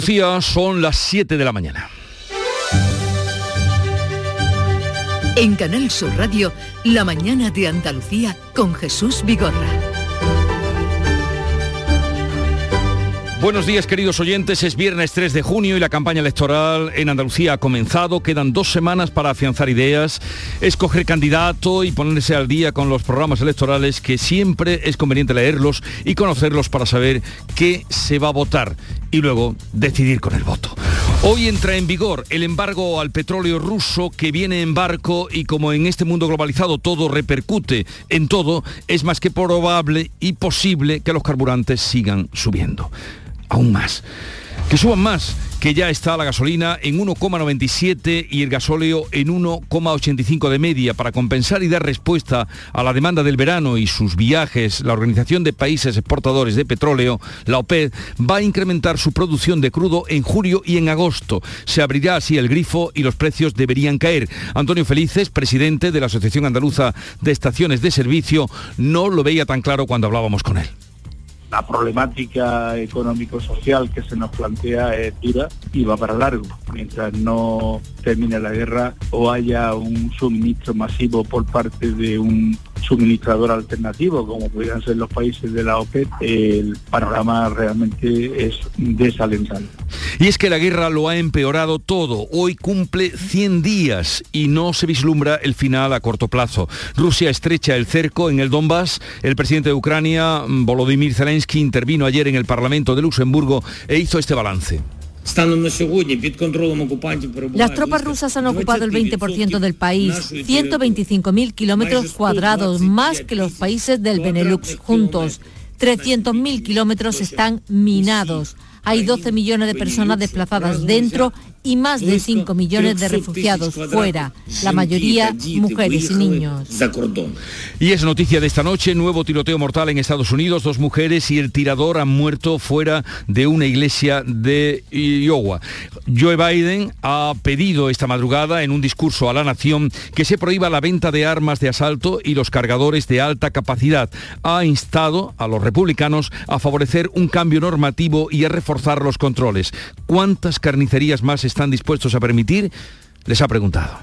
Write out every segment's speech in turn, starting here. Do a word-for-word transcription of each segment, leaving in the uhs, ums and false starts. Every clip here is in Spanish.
Son las siete de la mañana. En Canal Sur Radio, La mañana de Andalucía con Jesús Vigorra. Buenos días, queridos oyentes. Es viernes tres de junio y la campaña electoral en Andalucía ha comenzado. Quedan dos semanas para afianzar ideas, escoger candidato y ponerse al día con los programas electorales, que siempre es conveniente leerlos y conocerlos para saber qué se va a votar y luego decidir con el voto. Hoy entra en vigor el embargo al petróleo ruso, que viene en barco, y como en este mundo globalizado todo repercute en todo, es más que probable y posible que los carburantes sigan subiendo. Aún más. Que suban más, que ya está la gasolina en uno coma noventa y siete y el gasóleo en uno coma ochenta y cinco de media. Para compensar y dar respuesta a la demanda del verano y sus viajes, la Organización de Países Exportadores de Petróleo, la OPEP, va a incrementar su producción de crudo en julio y en agosto. Se abrirá así el grifo y los precios deberían caer. Antonio Felices, presidente de la Asociación Andaluza de Estaciones de Servicio, no lo veía tan claro cuando hablábamos con él. La problemática económico-social que se nos plantea es dura y va para largo. Mientras no termine la guerra o haya un suministro masivo por parte de un suministrador alternativo, como podrían ser los países de la OPEP, el panorama realmente es desalentado. Y es que la guerra lo ha empeorado todo. Hoy cumple cien días y no se vislumbra el final a corto plazo. Rusia estrecha el cerco en el Donbass. El presidente de Ucrania, Volodymyr Zelensky, intervino ayer en el Parlamento de Luxemburgo e hizo este balance. Las tropas rusas han ocupado el veinte por ciento del país, ciento veinticinco mil kilómetros cuadrados, más que los países del Benelux juntos. trescientos mil kilómetros están minados. Hay doce millones de personas desplazadas dentro y más de cinco millones de refugiados fuera, la mayoría mujeres y niños. Y es noticia de esta noche, nuevo tiroteo mortal en Estados Unidos. Dos mujeres y el tirador han muerto fuera de una iglesia de Iowa. Joe Biden ha pedido esta madrugada en un discurso a la nación que se prohíba la venta de armas de asalto y los cargadores de alta capacidad. Ha instado a los republicanos a favorecer un cambio normativo y a reforzar los controles. ¿Cuántas carnicerías más están dispuestos a permitir? Les ha preguntado.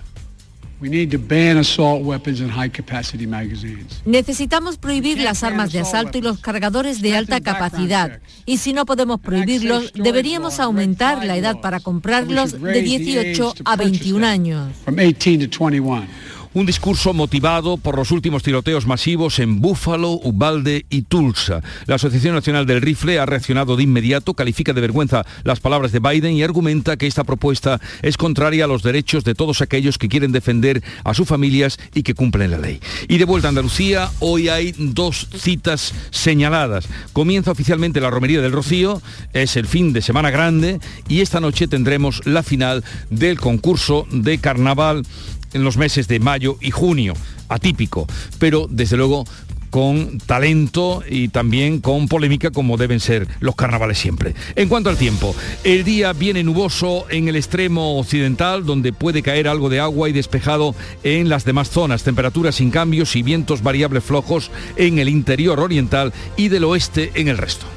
Necesitamos prohibir las armas de asalto y los cargadores de alta capacidad. Y si no podemos prohibirlos, deberíamos aumentar la edad para comprarlos de dieciocho a veintiún años. Un discurso motivado por los últimos tiroteos masivos en Búfalo, Uvalde y Tulsa. La Asociación Nacional del Rifle ha reaccionado de inmediato, califica de vergüenza las palabras de Biden y argumenta que esta propuesta es contraria a los derechos de todos aquellos que quieren defender a sus familias y que cumplen la ley. Y de vuelta a Andalucía, hoy hay dos citas señaladas. Comienza oficialmente la Romería del Rocío, es el fin de semana grande, y esta noche tendremos la final del concurso de carnaval en los meses de mayo y junio, atípico, pero desde luego con talento y también con polémica, como deben ser los carnavales siempre. En cuanto al tiempo, el día viene nuboso en el extremo occidental, donde puede caer algo de agua, y despejado en las demás zonas. Temperaturas sin cambios y vientos variables flojos en el interior oriental y del oeste en el resto.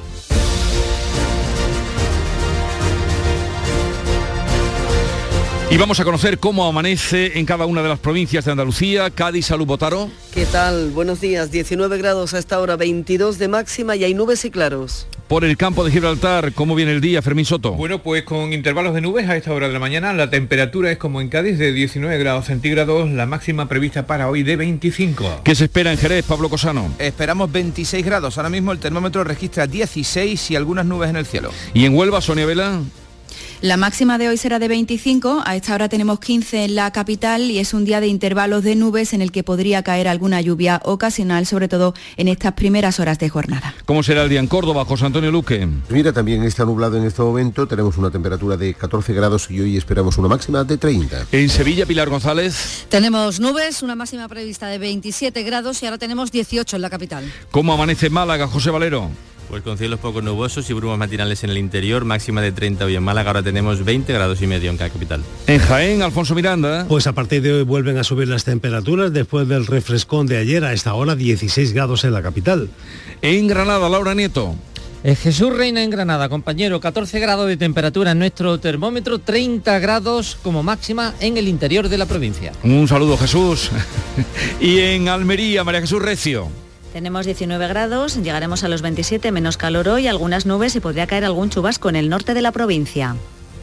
Y vamos a conocer cómo amanece en cada una de las provincias de Andalucía. Cádiz, Salud, Botaro. ¿Qué tal? Buenos días. diecinueve grados a esta hora, veintidós de máxima y hay nubes y claros. Por el campo de Gibraltar, ¿cómo viene el día, Fermín Soto? Bueno, pues con intervalos de nubes a esta hora de la mañana. La temperatura es como en Cádiz, de diecinueve grados centígrados, la máxima prevista para hoy de veinticinco. ¿Qué se espera en Jerez, Pablo Cosano? Esperamos veintiséis grados. Ahora mismo el termómetro registra dieciséis y algunas nubes en el cielo. ¿Y en Huelva, Sonia Vela? La máxima de hoy será de veinticinco, a esta hora tenemos quince en la capital y es un día de intervalos de nubes en el que podría caer alguna lluvia ocasional, sobre todo en estas primeras horas de jornada. ¿Cómo será el día en Córdoba, José Antonio Luque? Mira, también está nublado en este momento, tenemos una temperatura de catorce grados y hoy esperamos una máxima de treinta. En Sevilla, Pilar González. Tenemos nubes, una máxima prevista de veintisiete grados y ahora tenemos dieciocho en la capital. ¿Cómo amanece Málaga, José Valero? Pues con cielos poco nubosos y brumas matinales en el interior, máxima de treinta hoy en Málaga, ahora tenemos veinte grados y medio en cada capital. En Jaén, Alfonso Miranda. Pues a partir de hoy vuelven a subir las temperaturas después del refrescón de ayer, a esta hora dieciséis grados en la capital. En Granada, Laura Nieto. Eh, Jesús Reina en Granada, compañero, catorce grados de temperatura en nuestro termómetro, treinta grados como máxima en el interior de la provincia. Un saludo, Jesús. Y en Almería, María Jesús Recio. Tenemos diecinueve grados, llegaremos a los veintisiete, menos calor hoy, algunas nubes y podría caer algún chubasco en el norte de la provincia.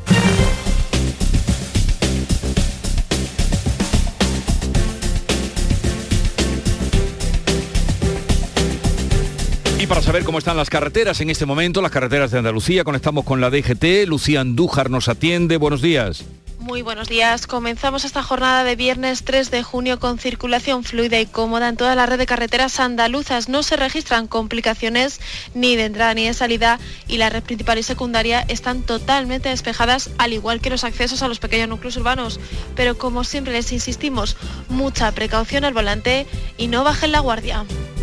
Para saber cómo están las carreteras en este momento, las carreteras de Andalucía, conectamos con la D G T. Lucía Andújar nos atiende. Buenos días. Muy buenos días. Comenzamos esta jornada de viernes tres de junio con circulación fluida y cómoda en toda la red de carreteras andaluzas. No se registran complicaciones ni de entrada ni de salida y la red principal y secundaria están totalmente despejadas, al igual que los accesos a los pequeños núcleos urbanos. Pero como siempre les insistimos, mucha precaución al volante y no bajen la guardia.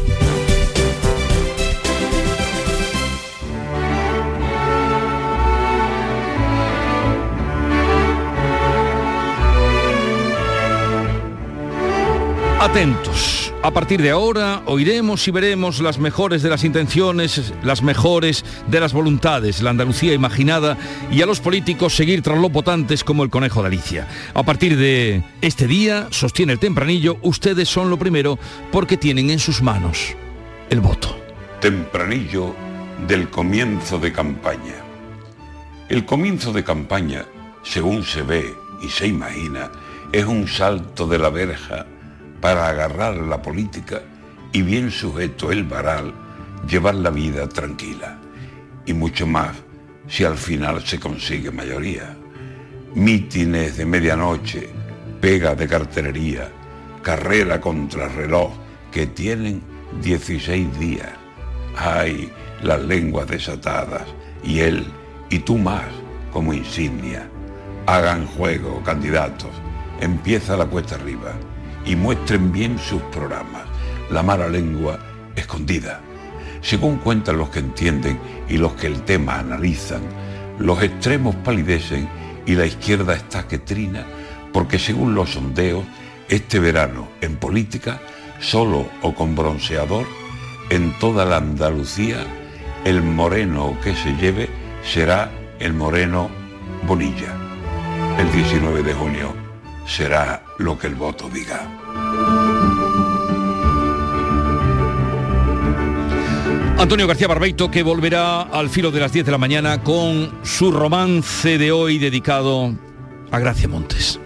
Atentos. A partir de ahora oiremos y veremos las mejores de las intenciones, las mejores de las voluntades, la Andalucía imaginada, y a los políticos seguir tras los votantes como el conejo de Alicia. A partir de este día, sostiene el Tempranillo, ustedes son lo primero porque tienen en sus manos el voto. Tempranillo del comienzo de campaña. El comienzo de campaña, según se ve y se imagina, es un salto de la verja para agarrar la política y, bien sujeto el varal, llevar la vida tranquila. Y mucho más si al final se consigue mayoría. Mítines de medianoche, pega de cartelería, carrera contra reloj que tienen dieciséis días. Ay, las lenguas desatadas, y él y tú más como insignia. Hagan juego, candidatos, empieza la cuesta arriba. Y muestren bien sus programas, la mala lengua escondida. Según cuentan los que entienden y los que el tema analizan, los extremos palidecen y la izquierda está que trina, porque según los sondeos, este verano en política, solo o con bronceador, en toda la Andalucía, el moreno que se lleve será el moreno Bonilla. El diecinueve de junio será lo que el voto diga. Antonio García Barbeito, que volverá al filo de las diez de la mañana con su romance de hoy dedicado a Gracia Montes.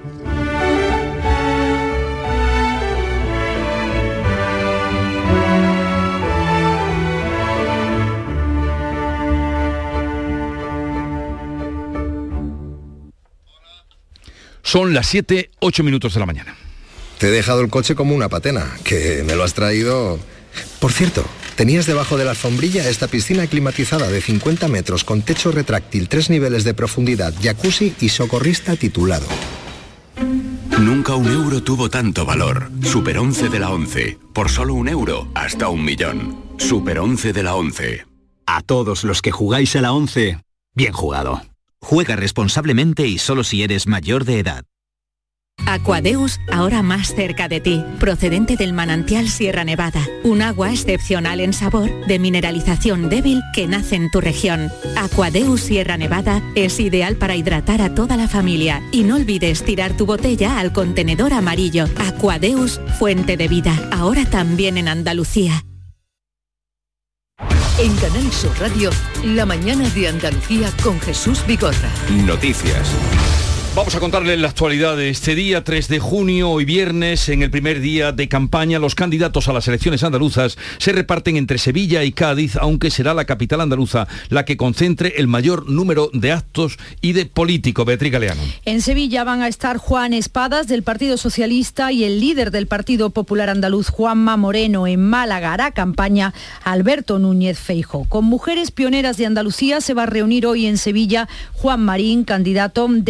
Son las siete, ocho minutos de la mañana. Te he dejado el coche como una patena, que me lo has traído... Por cierto, tenías debajo de la alfombrilla esta piscina climatizada de cincuenta metros con techo retráctil, tres niveles de profundidad, jacuzzi y socorrista titulado. Nunca un euro tuvo tanto valor. Super once de la once. Por solo un euro, hasta un millón. Super once de la once. A todos los que jugáis a la once, bien jugado. Juega responsablemente y solo si eres mayor de edad. Aquadeus, ahora más cerca de ti, procedente del manantial Sierra Nevada, un agua excepcional en sabor, de mineralización débil que nace en tu región. Aquadeus Sierra Nevada es ideal para hidratar a toda la familia y no olvides tirar tu botella al contenedor amarillo. Aquadeus, fuente de vida, ahora también en Andalucía. En Canal Sur Radio, la mañana de Andalucía con Jesús Vigorra. Noticias. Vamos a contarles la actualidad de este día, tres de junio, hoy viernes, en el primer día de campaña. Los candidatos a las elecciones andaluzas se reparten entre Sevilla y Cádiz, aunque será la capital andaluza la que concentre el mayor número de actos y de políticos. Beatriz Galeano. En Sevilla van a estar Juan Espadas, del Partido Socialista, y el líder del Partido Popular Andaluz, Juanma Moreno. En Málaga hará campaña Alberto Núñez Feijóo. Con mujeres pioneras de Andalucía se va a reunir hoy en Sevilla Juan Marín, candidato de Ciudadanos.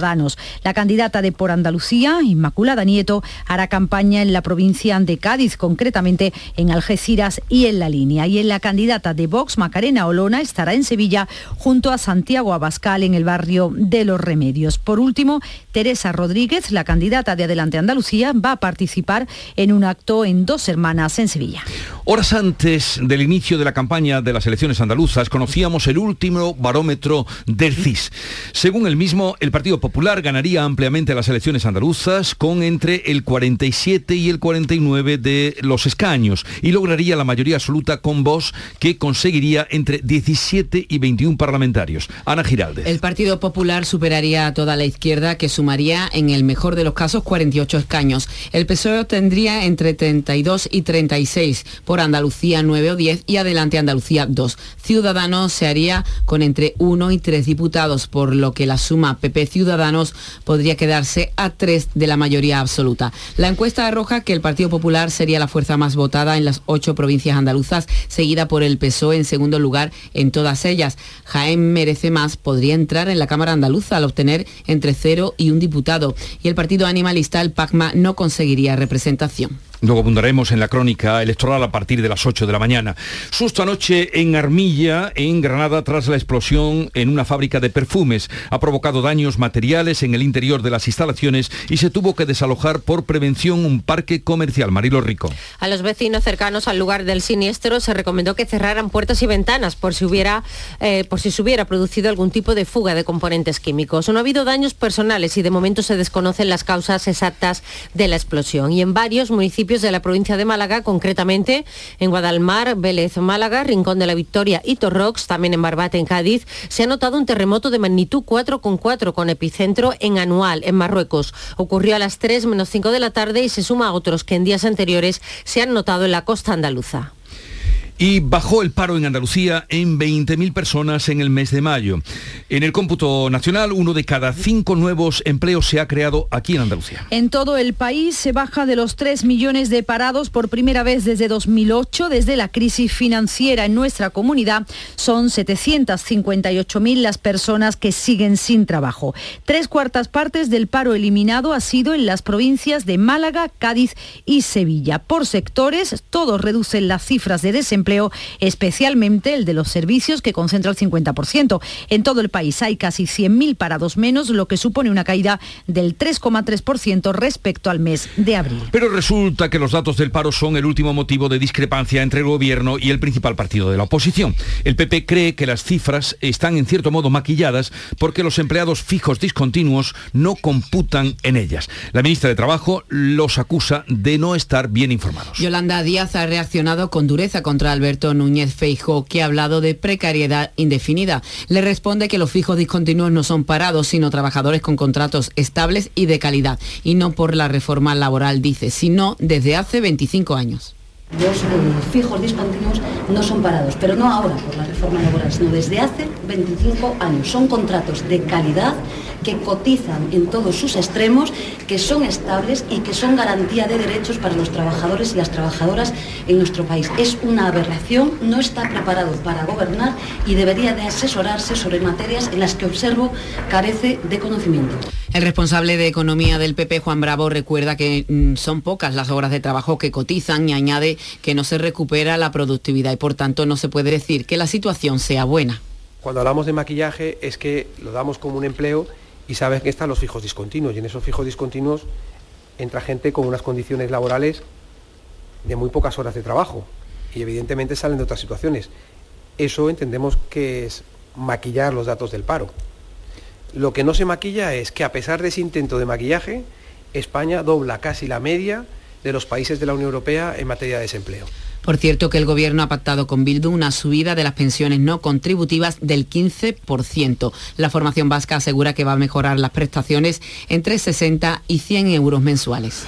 Ciudadanos. La candidata de Por Andalucía, Inmaculada Nieto, hará campaña en la provincia de Cádiz, concretamente en Algeciras y en La Línea. Y en la candidata de Vox, Macarena Olona, estará en Sevilla junto a Santiago Abascal en el barrio de Los Remedios. Por último, Teresa Rodríguez, la candidata de Adelante Andalucía, va a participar en un acto en Dos Hermanas en Sevilla. Horas antes del inicio de la campaña de las elecciones andaluzas, conocíamos el último barómetro del C I S. Según el mismo, el Partido Popular ganaría ampliamente las elecciones andaluzas con entre el cuarenta y siete y el cuarenta y nueve de los escaños y lograría la mayoría absoluta con Vox, que conseguiría entre diecisiete y veintiún parlamentarios. Ana Giraldez. El Partido Popular superaría a toda la izquierda, que sumaría en el mejor de los casos cuarenta y ocho escaños. El P S O E tendría entre treinta y dos y treinta y seis, por Andalucía nueve o diez y Adelante Andalucía dos. Ciudadanos se haría con entre uno y tres diputados, por lo que la suma P P Ciudadanos podría quedarse a tres de la mayoría absoluta. La encuesta arroja que el Partido Popular sería la fuerza más votada en las ocho provincias andaluzas, seguida por el P S O E en segundo lugar en todas ellas. Jaén Merece Más podría entrar en la Cámara Andaluza al obtener entre cero y un diputado, y el Partido Animalista, el P A C M A, no conseguiría representación. Luego abundaremos en la crónica electoral a partir de las ocho de la mañana. Susto anoche en Armilla, en Granada, tras la explosión en una fábrica de perfumes. Ha provocado daños materiales en el interior de las instalaciones y se tuvo que desalojar por prevención un parque comercial. Marilo Rico. A los vecinos cercanos al lugar del siniestro se recomendó que cerraran puertas y ventanas por si hubiera, eh, por si se hubiera producido algún tipo de fuga de componentes químicos. No ha habido daños personales y de momento se desconocen las causas exactas de la explosión. Y en varios municipios de la provincia de Málaga, concretamente en Guadalmar, Vélez, Málaga, Rincón de la Victoria y Torrox, también en Barbate, en Cádiz, se ha notado un terremoto de magnitud cuatro coma cuatro con epicentro en Anual, en Marruecos. Ocurrió a las tres menos cinco de la tarde y se suma a otros que en días anteriores se han notado en la costa andaluza. Y bajó el paro en Andalucía en veinte mil personas en el mes de mayo. En el cómputo nacional, uno de cada cinco nuevos empleos se ha creado aquí en Andalucía. En todo el país se baja de los tres millones de parados por primera vez desde dos mil ocho. Desde la crisis financiera en nuestra comunidad son setecientas cincuenta y ocho mil las personas que siguen sin trabajo. Tres cuartas partes del paro eliminado ha sido en las provincias de Málaga, Cádiz y Sevilla. Por sectores, todos reducen las cifras de desempleo, especialmente el de los servicios, que concentra el cincuenta por ciento. En todo el país hay casi cien mil parados menos, lo que supone una caída del tres coma tres por ciento respecto al mes de abril. Pero resulta que los datos del paro son el último motivo de discrepancia entre el gobierno y el principal partido de la oposición. El P P cree que las cifras están en cierto modo maquilladas porque los empleados fijos discontinuos no computan en ellas. La ministra de Trabajo los acusa de no estar bien informados. Yolanda Díaz ha reaccionado con dureza contra Alberto Núñez Feijóo, que ha hablado de precariedad indefinida. Le responde que los fijos discontinuos no son parados, sino trabajadores con contratos estables y de calidad, y no por la reforma laboral, dice, sino desde hace veinticinco años. Los eh, fijos discontinuos no son parados, pero no ahora por la reforma laboral, sino desde hace veinticinco años. Son contratos de calidad que cotizan en todos sus extremos, que son estables y que son garantía de derechos para los trabajadores y las trabajadoras en nuestro país. Es una aberración, no está preparado para gobernar y debería de asesorarse sobre materias en las que observo carece de conocimiento. El responsable de Economía del P P, Juan Bravo, recuerda que mmm, son pocas las horas de trabajo que cotizan y añade que no se recupera la productividad y por tanto no se puede decir que la situación sea buena. Cuando hablamos de maquillaje es que lo damos como un empleo y sabes que están los fijos discontinuos, y en esos fijos discontinuos entra gente con unas condiciones laborales de muy pocas horas de trabajo y evidentemente salen de otras situaciones. Eso entendemos que es maquillar los datos del paro. Lo que no se maquilla es que a pesar de ese intento de maquillaje, España dobla casi la media de los países de la Unión Europea en materia de desempleo. Por cierto, que el Gobierno ha pactado con Bildu una subida de las pensiones no contributivas del quince por ciento. La formación vasca asegura que va a mejorar las prestaciones entre sesenta y cien euros mensuales.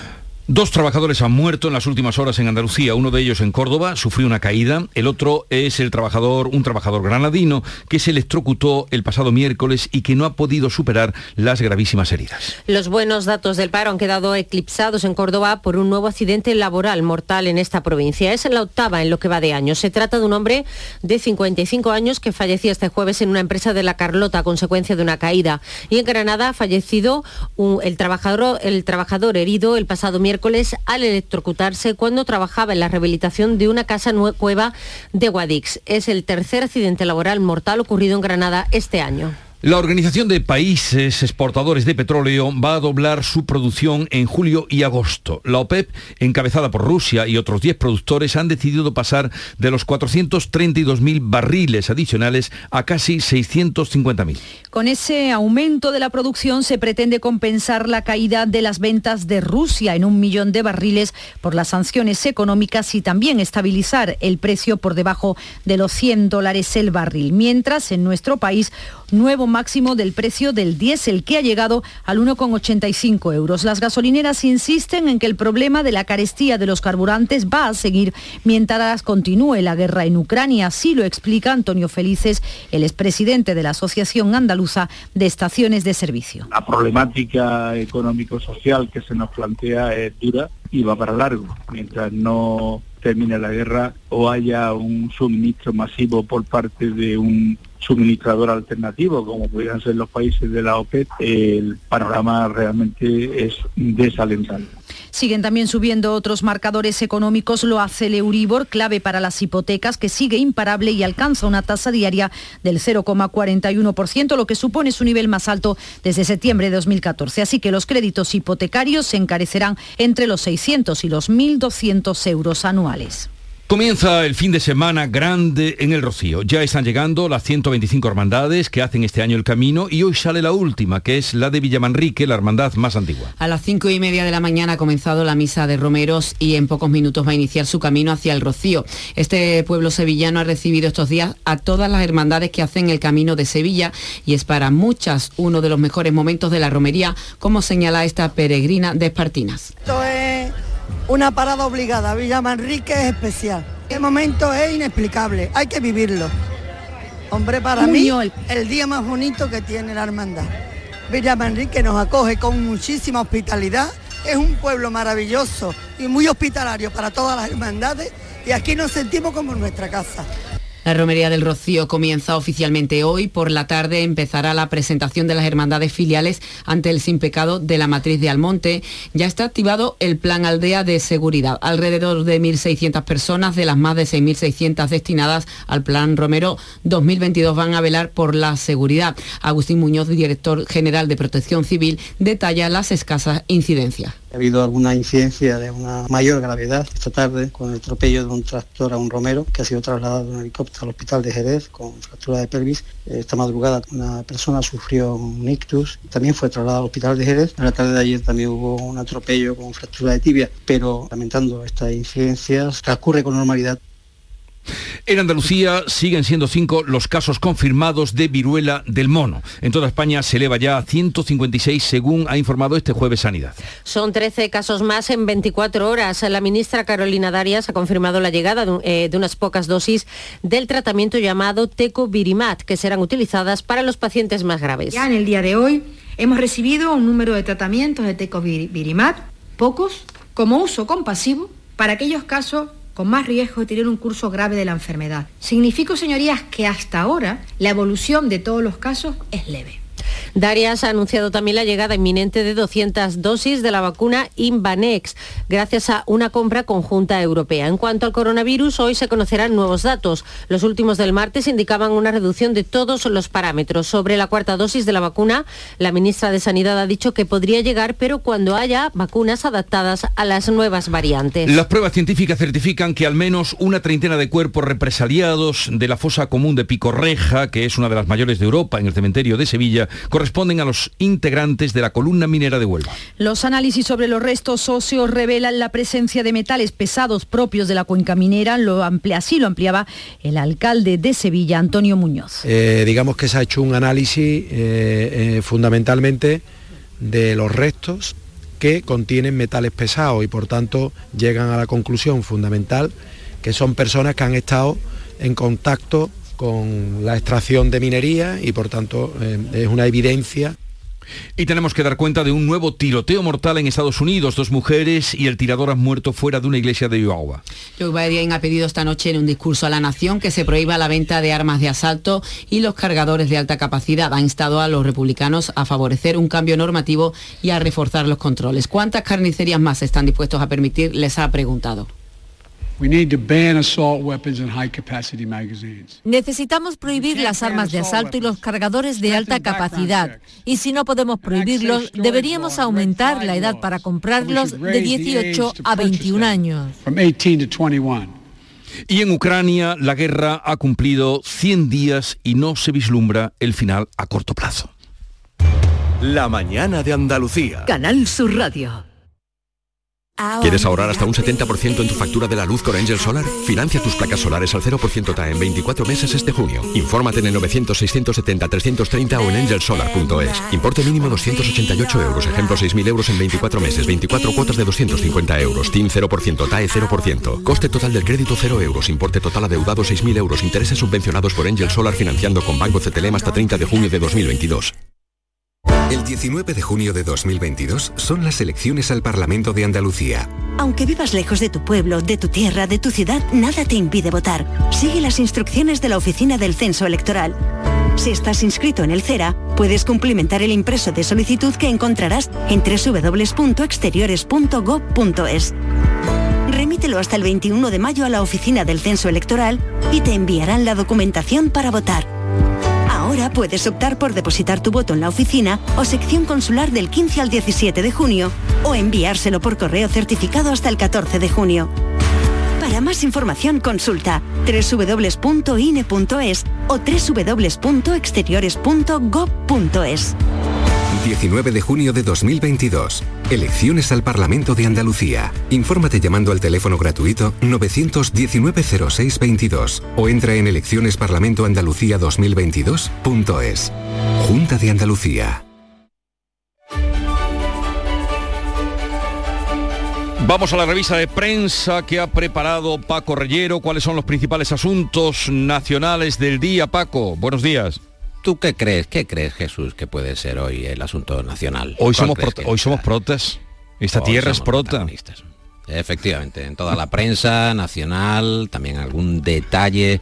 Dos trabajadores han muerto en las últimas horas en Andalucía. Uno de ellos en Córdoba sufrió una caída. El otro es el trabajador, un trabajador granadino que se electrocutó el pasado miércoles y que no ha podido superar las gravísimas heridas. Los buenos datos del paro han quedado eclipsados en Córdoba por un nuevo accidente laboral mortal en esta provincia. Es la octava en lo que va de año. Se trata de un hombre de cincuenta y cinco años que fallecía este jueves en una empresa de La Carlota a consecuencia de una caída. Y en Granada ha fallecido un, el, trabajador, el trabajador herido el pasado miércoles al electrocutarse cuando trabajaba en la rehabilitación de una casa cueva de Guadix. Es el tercer accidente laboral mortal ocurrido en Granada este año. La Organización de Países Exportadores de Petróleo va a doblar su producción en julio y agosto. La OPEP, encabezada por Rusia y otros diez productores, han decidido pasar de los cuatrocientos treinta y dos mil barriles adicionales a casi seiscientos cincuenta mil. Con ese aumento de la producción se pretende compensar la caída de las ventas de Rusia en un millón de barriles por las sanciones económicas y también estabilizar el precio por debajo de los cien dólares el barril. Mientras, en nuestro país, nuevo máximo del precio del diésel, que ha llegado al uno coma ochenta y cinco euros. Las gasolineras insisten en que el problema de la carestía de los carburantes va a seguir mientras continúe la guerra en Ucrania. Así lo explica Antonio Felices, el expresidente de la Asociación Andaluza de Estaciones de Servicio. La problemática económico-social que se nos plantea es dura y va para largo. Mientras no termine la guerra o haya un suministro masivo por parte de un suministrador alternativo, como pudieran ser los países de la OPEP, el panorama realmente es desalentable. Siguen también subiendo otros marcadores económicos. Lo hace el Euribor, clave para las hipotecas, que sigue imparable y alcanza una tasa diaria del cero coma cuarenta y uno por ciento, lo que supone su nivel más alto desde septiembre de dos mil catorce. Así que los créditos hipotecarios se encarecerán entre los seiscientos y los mil doscientos euros anuales. Comienza el fin de semana grande en El Rocío. Ya están llegando las ciento veinticinco hermandades que hacen este año el camino y hoy sale la última, que es la de Villamanrique, la hermandad más antigua. A las cinco y media de la mañana ha comenzado la misa de romeros y en pocos minutos va a iniciar su camino hacia El Rocío. Este pueblo sevillano ha recibido estos días a todas las hermandades que hacen el camino de Sevilla y es para muchas uno de los mejores momentos de la romería, como señala esta peregrina de Espartinas. Esto es una parada obligada. Villamanrique es especial. El momento es inexplicable, hay que vivirlo. Hombre, para mí, el día más bonito que tiene la hermandad. Villamanrique nos acoge con muchísima hospitalidad, es un pueblo maravilloso y muy hospitalario para todas las hermandades y aquí nos sentimos como en nuestra casa. La Romería del Rocío comienza oficialmente hoy. Por la tarde empezará la presentación de las hermandades filiales ante el Sin Pecado de la Matriz de Almonte. Ya está activado el Plan Aldea de Seguridad. Alrededor de mil seiscientas personas de las más de seis mil seiscientas destinadas al Plan Romero dos mil veintidós van a velar por la seguridad. Agustín Muñoz, director general de Protección Civil, detalla las escasas incidencias. Ha habido alguna incidencia de una mayor gravedad esta tarde con el atropello de un tractor a un romero que ha sido trasladado en un helicóptero al hospital de Jerez con fractura de pelvis. Esta madrugada una persona sufrió un ictus, también fue trasladado al hospital de Jerez. En la tarde de ayer también hubo un atropello con fractura de tibia, pero lamentando estas incidencias transcurre con normalidad. En Andalucía siguen siendo cinco los casos confirmados de viruela del mono. En toda España se eleva ya a ciento cincuenta y seis, según ha informado este jueves Sanidad. Son trece casos más en veinticuatro horas. La ministra Carolina Darias ha confirmado la llegada de, eh, de unas pocas dosis del tratamiento llamado Tecovirimat, que serán utilizadas para los pacientes más graves. Ya en el día de hoy hemos recibido un número de tratamientos de Tecovirimat, pocos, como uso compasivo, para aquellos casos con más riesgo de tener un curso grave de la enfermedad. Significa, señorías, que hasta ahora la evolución de todos los casos es leve. Darias ha anunciado también la llegada inminente de doscientas dosis de la vacuna Invanex, gracias a una compra conjunta europea. En cuanto al coronavirus, hoy se conocerán nuevos datos. Los últimos del martes indicaban una reducción de todos los parámetros. Sobre la cuarta dosis de la vacuna, la ministra de Sanidad ha dicho que podría llegar, pero cuando haya vacunas adaptadas a las nuevas variantes. Las pruebas científicas certifican que al menos una treintena de cuerpos represaliados de la fosa común de Picorreja, que es una de las mayores de Europa, en el cementerio de Sevilla, corresponden a los integrantes de la columna minera de Huelva. Los análisis sobre los restos óseos revelan la presencia de metales pesados propios de la cuenca minera. Lo amplia, así lo ampliaba el alcalde de Sevilla, Antonio Muñoz. Eh, digamos que se ha hecho un análisis eh, eh, fundamentalmente de los restos que contienen metales pesados y por tanto llegan a la conclusión fundamental que son personas que han estado en contacto con la extracción de minería y por tanto eh, es una evidencia. Y tenemos que dar cuenta de un nuevo tiroteo mortal en Estados Unidos. Dos mujeres y el tirador han muerto fuera de una iglesia de Iowa. Joe Biden ha pedido esta noche en un discurso a la nación que se prohíba la venta de armas de asalto y los cargadores de alta capacidad. Ha instado a los republicanos a favorecer un cambio normativo y a reforzar los controles. ¿Cuántas carnicerías más están dispuestos a permitir? Les ha preguntado. Necesitamos prohibir las armas de asalto y los cargadores de alta capacidad. Y si no podemos prohibirlos, deberíamos aumentar la edad para comprarlos de dieciocho a veintiún años. Y en Ucrania la guerra ha cumplido cien días y no se vislumbra el final a corto plazo. La mañana de Andalucía. Canal Sur Radio. ¿Quieres ahorrar hasta un setenta por ciento en tu factura de la luz con Angel Solar? Financia tus placas solares al cero por ciento T A E en veinticuatro meses este junio. Infórmate en el novecientos, seiscientos setenta, trescientos treinta o en angel solar punto es. Importe mínimo doscientos ochenta y ocho euros. Ejemplo seis mil euros en veinticuatro meses. veinticuatro cuotas de doscientos cincuenta euros. T I N cero por ciento, T A E cero por ciento. Coste total del crédito cero euros. Importe total adeudado seis mil euros. Intereses subvencionados por Angel Solar financiando con Banco C T L M hasta treinta de junio de dos mil veintidós. El diecinueve de junio de dos mil veintidós son las elecciones al Parlamento de Andalucía. Aunque vivas lejos de tu pueblo, de tu tierra, de tu ciudad, nada te impide votar. Sigue las instrucciones de la Oficina del Censo Electoral. Si estás inscrito en el CERA, puedes cumplimentar el impreso de solicitud que encontrarás en doble u doble u doble u punto exteriores punto gob punto es. Remítelo hasta el veintiuno de mayo a la Oficina del Censo Electoral y te enviarán la documentación para votar. Ahora puedes optar por depositar tu voto en la oficina o sección consular del quince al diecisiete de junio o enviárselo por correo certificado hasta el catorce de junio. Para más información consulta doble u doble u doble u punto i n e punto es o doble u doble u doble u punto exteriores punto gob punto es. diecinueve de junio de dos mil veintidós. Elecciones al Parlamento de Andalucía. Infórmate llamando al teléfono gratuito nueve uno nueve cero seis veintidós o entra en elecciones parlamento andalucía dos mil veintidós punto es. Junta de Andalucía. Vamos a la revista de prensa que ha preparado Paco Reyero. ¿Cuáles son los principales asuntos nacionales del día, Paco? Buenos días. ¿Tú qué crees? ¿Qué crees, Jesús, que puede ser hoy el asunto nacional? Hoy somos prota- hoy somos protas. Esta hoy tierra es prota. Efectivamente, en toda la prensa nacional, también algún detalle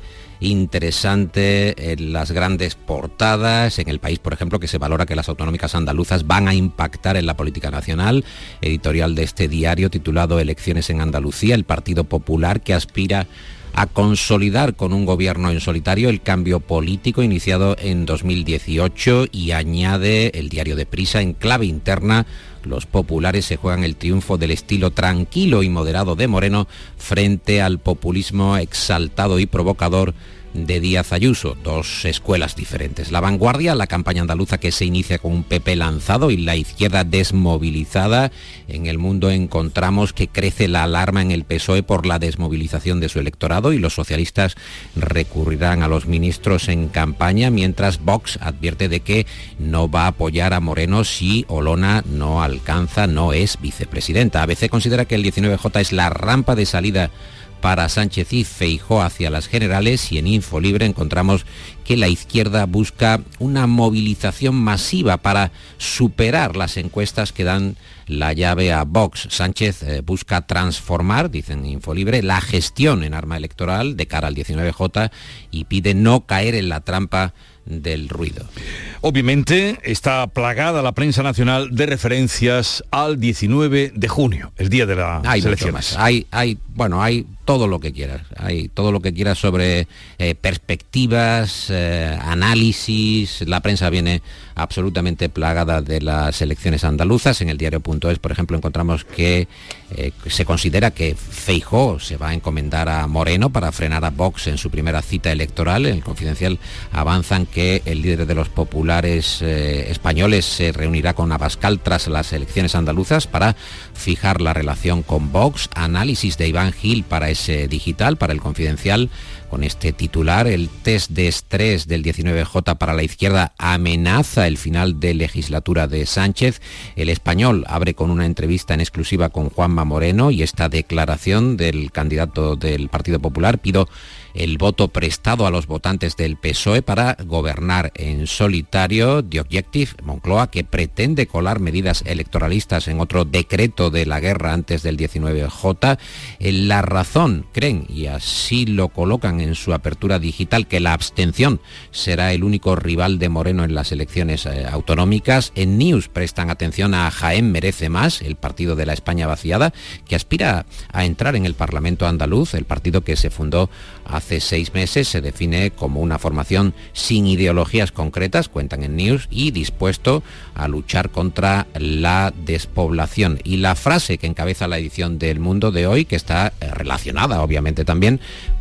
interesante en las grandes portadas. En El País, por ejemplo, que se valora que las autonómicas andaluzas van a impactar en la política nacional. Editorial de este diario titulado Elecciones en Andalucía, el Partido Popular que aspira a consolidar con un gobierno en solitario el cambio político iniciado en dos mil dieciocho, y añade el diario de Prisa, en clave interna, los populares se juegan el triunfo del estilo tranquilo y moderado de Moreno frente al populismo exaltado y provocador de Díaz Ayuso. Dos escuelas diferentes. La Vanguardia, la campaña andaluza que se inicia con un P P lanzado y la izquierda desmovilizada. En El Mundo encontramos que crece la alarma en el P S O E por la desmovilización de su electorado y los socialistas recurrirán a los ministros en campaña, mientras Vox advierte de que no va a apoyar a Moreno si Olona no alcanza, no es vicepresidenta. A B C considera que el diecinueve J es la rampa de salida para Sánchez y Feijóo hacia las generales, y en Infolibre encontramos que la izquierda busca una movilización masiva para superar las encuestas que dan la llave a Vox. Sánchez eh, busca transformar, dicen Infolibre, la gestión en arma electoral de cara al diecinueve J y pide no caer en la trampa del ruido. Obviamente está plagada la prensa nacional de referencias al diecinueve de junio, el día de las hay elecciones. Hay, hay, bueno, hay todo lo que quieras, hay todo lo que quieras sobre eh, perspectivas, eh, análisis. La prensa viene absolutamente plagada de las elecciones andaluzas. En el diario.es, por ejemplo, encontramos que eh, se considera que Feijóo se va a encomendar a Moreno para frenar a Vox en su primera cita electoral. En El Confidencial avanzan que el líder de los populares eh, españoles se reunirá con Abascal tras las elecciones andaluzas para fijar la relación con Vox. Análisis de Iván Gil para ese Digital, para El Confidencial, con este titular. El test de estrés del diecinueve J para la izquierda amenaza el final de legislatura de Sánchez. El Español abre con una entrevista en exclusiva con Juanma Moreno y esta declaración del candidato del Partido Popular: pido el voto prestado a los votantes del P S O E para gobernar en solitario. The Objective, Moncloa, que pretende colar medidas electoralistas en otro decreto de la guerra antes del diecinueve J. La Razón creen, y así lo colocan en su apertura digital, que la abstención será el único rival de Moreno en las elecciones eh, autonómicas. En News prestan atención a Jaén Merece Más, el partido de la España vaciada, que aspira a entrar en el Parlamento andaluz. El partido, que se fundó hace seis meses, se define como una formación sin ideologías concretas, cuentan en News, y dispuesto a luchar contra la despoblación. Y la frase que encabeza la edición del Mundo de hoy, que está relacionada obviamente también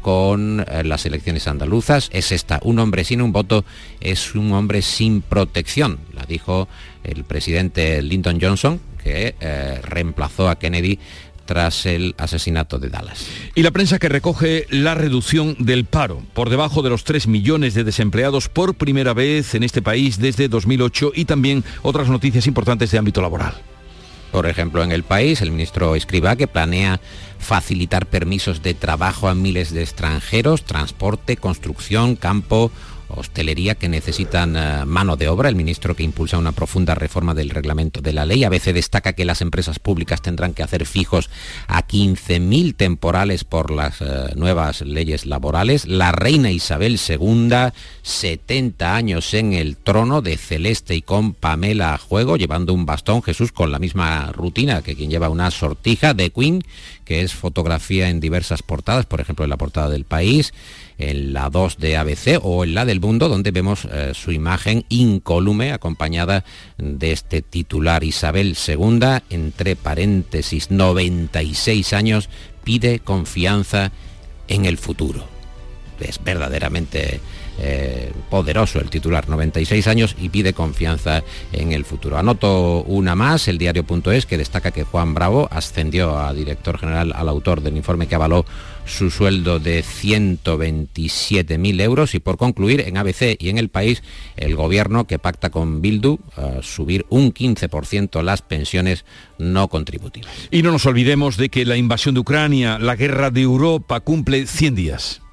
con las elecciones andaluzas, es esta: un hombre sin un voto es un hombre sin protección. La dijo el presidente Lyndon Johnson, que eh, reemplazó a Kennedy tras el asesinato de Dallas. Y la prensa que recoge la reducción del paro, por debajo de los tres millones de desempleados por primera vez en este país desde dos mil ocho, y también otras noticias importantes de ámbito laboral. Por ejemplo, en El País, el ministro Escrivá, que planea facilitar permisos de trabajo a miles de extranjeros, transporte, construcción, campo, hostelería, que necesitan uh, mano de obra. El ministro, que impulsa una profunda reforma del reglamento de la ley. A B C destaca que las empresas públicas tendrán que hacer fijos a quince mil temporales por las uh, nuevas leyes laborales. La reina Isabel segunda, setenta años en el trono, de celeste y con Pamela a juego, llevando un bastón, Jesús, con la misma rutina que quien lleva una sortija. The Queen, que es fotografía en diversas portadas, por ejemplo en la portada del País, en la dos de A B C o en la del Mundo, donde vemos eh, su imagen incólume acompañada de este titular: Isabel segunda, entre paréntesis, noventa y seis años, pide confianza en el futuro. Es verdaderamente eh, poderoso el titular, noventa y seis años y pide confianza en el futuro. Anoto una más, el diario.es, que destaca que Juan Bravo ascendió a director general al autor del informe que avaló su sueldo de ciento veintisiete mil euros. Y por concluir, en A B C y en El País, el gobierno que pacta con Bildu uh, subir un quince por ciento las pensiones no contributivas. Y no nos olvidemos de que la invasión de Ucrania, la guerra de Europa, cumple cien días.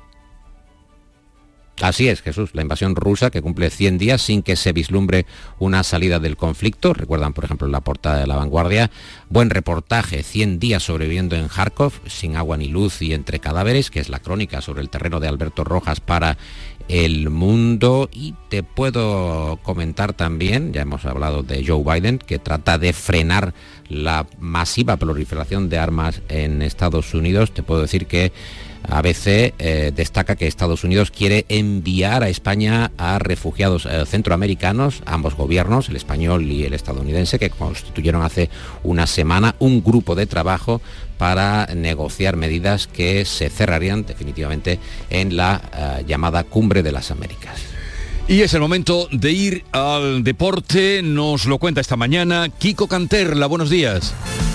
Así es, Jesús, la invasión rusa, que cumple cien días sin que se vislumbre una salida del conflicto. Recuerdan, por ejemplo, en la portada de La Vanguardia: buen reportaje, cien días sobreviviendo en Kharkov, sin agua ni luz y entre cadáveres, que es la crónica sobre el terreno de Alberto Rojas para El Mundo. Y te puedo comentar también, ya hemos hablado de Joe Biden, que trata de frenar la masiva proliferación de armas en Estados Unidos. Te puedo decir que A B C eh, destaca que Estados Unidos quiere enviar a España a refugiados eh, centroamericanos, ambos gobiernos, el español y el estadounidense, que constituyeron hace una semana un grupo de trabajo para negociar medidas que se cerrarían definitivamente en la eh, llamada Cumbre de las Américas. Y es el momento de ir al deporte, nos lo cuenta esta mañana Kiko Canterla. Buenos días.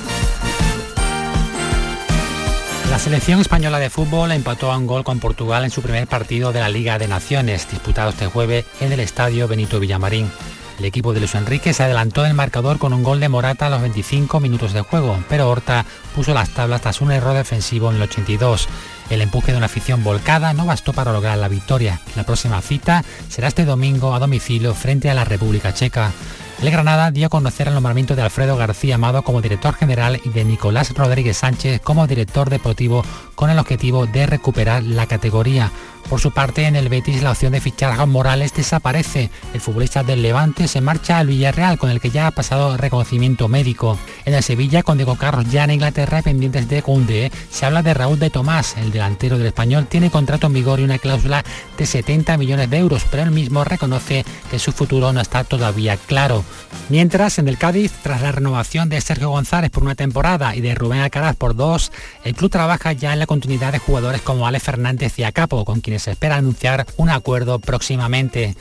La selección española de fútbol empató a un gol con Portugal en su primer partido de la Liga de Naciones, disputado este jueves en el estadio Benito Villamarín. El equipo de Luis Enrique se adelantó en el marcador con un gol de Morata a los veinticinco minutos de juego, pero Horta puso las tablas tras un error defensivo en el ochenta y dos. El empuje de una afición volcada no bastó para lograr la victoria. La próxima cita será este domingo a domicilio frente a la República Checa. El Granada dio a conocer el nombramiento de Alfredo García Amado como director general y de Nicolás Rodríguez Sánchez como director deportivo, con el objetivo de recuperar la categoría. Por su parte, en el Betis la opción de fichar a Juan Morales desaparece. El futbolista del Levante se marcha al Villarreal, con el que ya ha pasado reconocimiento médico. En el Sevilla, con Diego Carlos ya en Inglaterra y pendientes de Koundé, se habla de Raúl de Tomás. El delantero del Español tiene contrato en vigor y una cláusula de setenta millones de euros, pero él mismo reconoce que su futuro no está todavía claro. Mientras, en el Cádiz, tras la renovación de Sergio González por una temporada y de Rubén Alcaraz por dos, el club trabaja ya en la continuidad de jugadores como Alex Fernández y Acapo, con quienes se espera anunciar un acuerdo próximamente.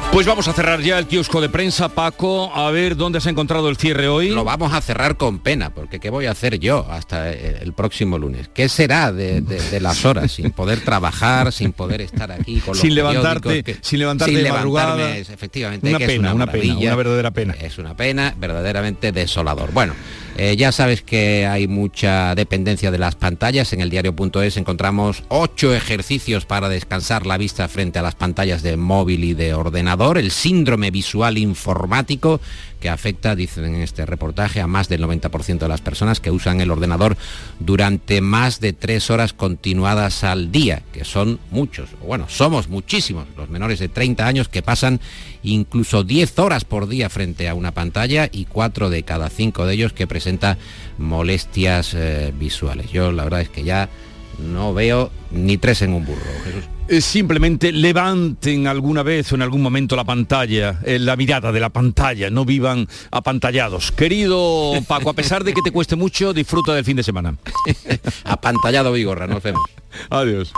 Pues vamos a cerrar ya el kiosco de prensa, Paco, a ver dónde has encontrado el cierre hoy. Lo vamos a cerrar con pena, porque ¿qué voy a hacer yo hasta el próximo lunes? ¿Qué será de, de, de las horas sin poder trabajar, sin poder estar aquí con los sin levantarte, que, sin levantarte sin de madrugada? Efectivamente, una que pena, es una, una maravilla, pena, una verdadera pena. Es una pena, verdaderamente desolador. Bueno, eh, ya sabes que hay mucha dependencia de las pantallas. En el diario punto es encontramos ocho ejercicios para descansar la vista frente a las pantallas de móvil y de ordenador. El síndrome visual informático que afecta, dicen en este reportaje, a más del noventa por ciento de las personas que usan el ordenador durante más de tres horas continuadas al día, que son muchos, bueno, somos muchísimos los menores de treinta años que pasan incluso diez horas por día frente a una pantalla y cuatro de cada cinco de ellos que presenta molestias eh, visuales. Yo la verdad es que ya no veo ni tres en un burro, Jesús. Simplemente levanten alguna vez o en algún momento la pantalla, eh, la mirada de la pantalla, no vivan apantallados. Querido Paco, a pesar de que te cueste mucho, disfruta del fin de semana. Apantallado Vigorra, nos vemos. Adiós.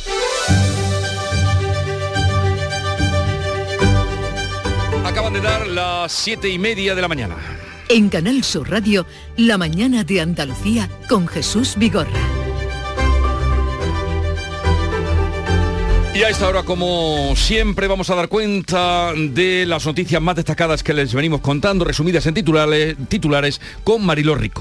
Acaban de dar las siete y media de la mañana. En Canal Sur Radio, La mañana de Andalucía con Jesús Vigorra. Y a esta hora, como siempre, vamos a dar cuenta de las noticias más destacadas que les venimos contando, resumidas en titulares, titulares con Mariló Rico.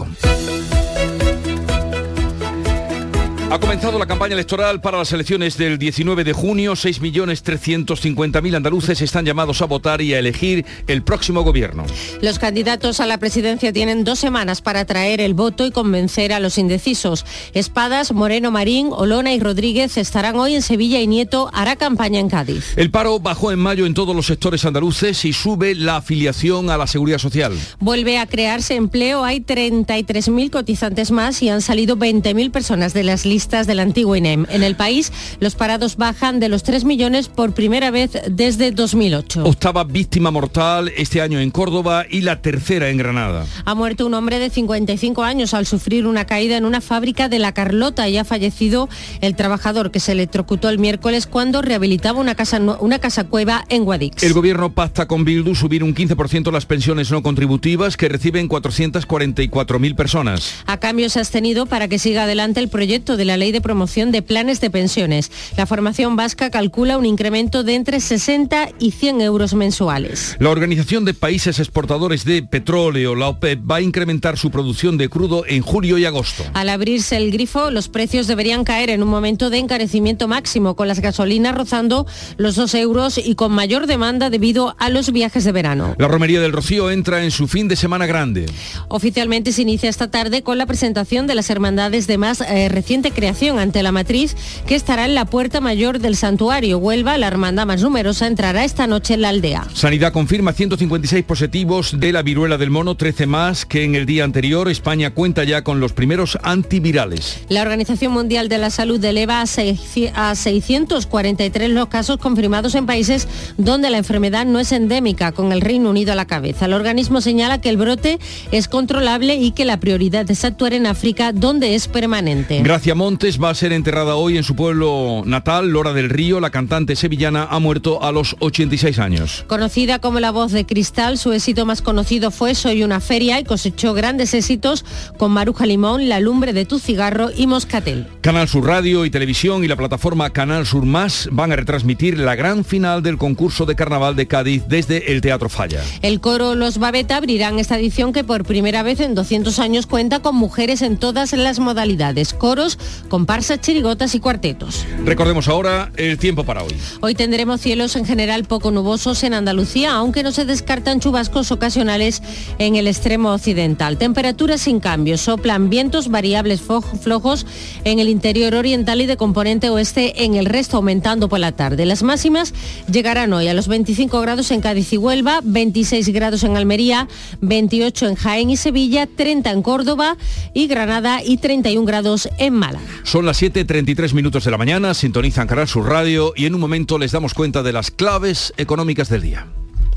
Ha comenzado la campaña electoral para las elecciones del diecinueve de junio. seis millones trescientos cincuenta mil andaluces están llamados a votar y a elegir el próximo gobierno. Los candidatos a la presidencia tienen dos semanas para traer el voto y convencer a los indecisos. Espadas, Moreno Marín, Olona y Rodríguez estarán hoy en Sevilla y Nieto hará campaña en Cádiz. El paro bajó en mayo en todos los sectores andaluces y sube la afiliación a la Seguridad Social. Vuelve a crearse empleo, hay treinta y tres mil cotizantes más y han salido veinte mil personas de las listas del antiguo I N E M. En el país, los parados bajan de los tres millones por primera vez desde dos mil ocho. Octava víctima mortal este año en Córdoba y la tercera en Granada. Ha muerto un hombre de cincuenta y cinco años al sufrir una caída en una fábrica de La Carlota y ha fallecido el trabajador que se electrocutó el miércoles cuando rehabilitaba una casa, una casa cueva en Guadix. El gobierno pacta con Bildu subir un quince por ciento las pensiones no contributivas que reciben cuatrocientas cuarenta y cuatro mil personas. A cambio se ha abstenido para que siga adelante el proyecto de la Ley de Promoción de Planes de Pensiones. La formación vasca calcula un incremento de entre sesenta y cien euros mensuales. La Organización de Países Exportadores de Petróleo, la OPEP, va a incrementar su producción de crudo en julio y agosto. Al abrirse el grifo, los precios deberían caer en un momento de encarecimiento máximo, con las gasolinas rozando los dos euros y con mayor demanda debido a los viajes de verano. La Romería del Rocío entra en su fin de semana grande. Oficialmente se inicia esta tarde con la presentación de las hermandades de más eh, reciente creación ante la matriz, que estará en la puerta mayor del santuario. Huelva, la hermandad más numerosa, entrará esta noche en la aldea. Sanidad confirma ciento cincuenta y seis positivos de la viruela del mono, trece más que en el día anterior. España cuenta ya con los primeros antivirales. La Organización Mundial de la Salud eleva a seiscientos cuarenta y tres los casos confirmados en países donde la enfermedad no es endémica, con el Reino Unido a la cabeza. El organismo señala que el brote es controlable y que la prioridad es actuar en África, donde es permanente. Gracia Montes va a ser enterrada hoy en su pueblo natal, Lora del Río. La cantante sevillana ha muerto a los ochenta y seis años. Conocida como la voz de cristal, su éxito más conocido fue Soy una feria y cosechó grandes éxitos con Maruja Limón, La lumbre de tu cigarro y Moscatel. Canal Sur Radio y Televisión y la plataforma Canal Sur Más van a retransmitir la gran final del concurso de carnaval de Cádiz desde el Teatro Falla. El coro Los Babeta abrirán esta edición que por primera vez en doscientos años cuenta con mujeres en todas las modalidades, coros, comparsas, chirigotas y cuartetos. Recordemos ahora el tiempo para hoy. Hoy tendremos cielos en general poco nubosos en Andalucía, aunque no se descartan chubascos ocasionales en el extremo occidental. Temperaturas sin cambios, soplan vientos variables flojos en el interior oriental y de componente oeste en el resto, aumentando por la tarde. Las máximas llegarán hoy a los veinticinco grados en Cádiz y Huelva, veintiséis grados en Almería, veintiocho en Jaén y Sevilla, treinta en Córdoba y Granada y treinta y un grados en Málaga. Son las siete y treinta y tres minutos de la mañana, sintonizan Canal Sur Radio y en un momento les damos cuenta de las claves económicas del día.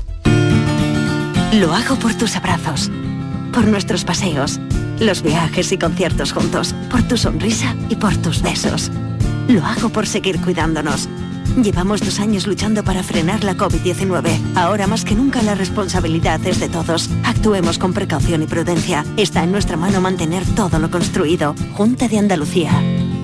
Lo hago por tus abrazos, por nuestros paseos, los viajes y conciertos juntos, por tu sonrisa y por tus besos. Lo hago por seguir cuidándonos, Llevamos dos años luchando para frenar la covid diecinueve. Ahora más que nunca la responsabilidad es de todos. Actuemos con precaución y prudencia. Está en nuestra mano mantener todo lo construido. Junta de Andalucía.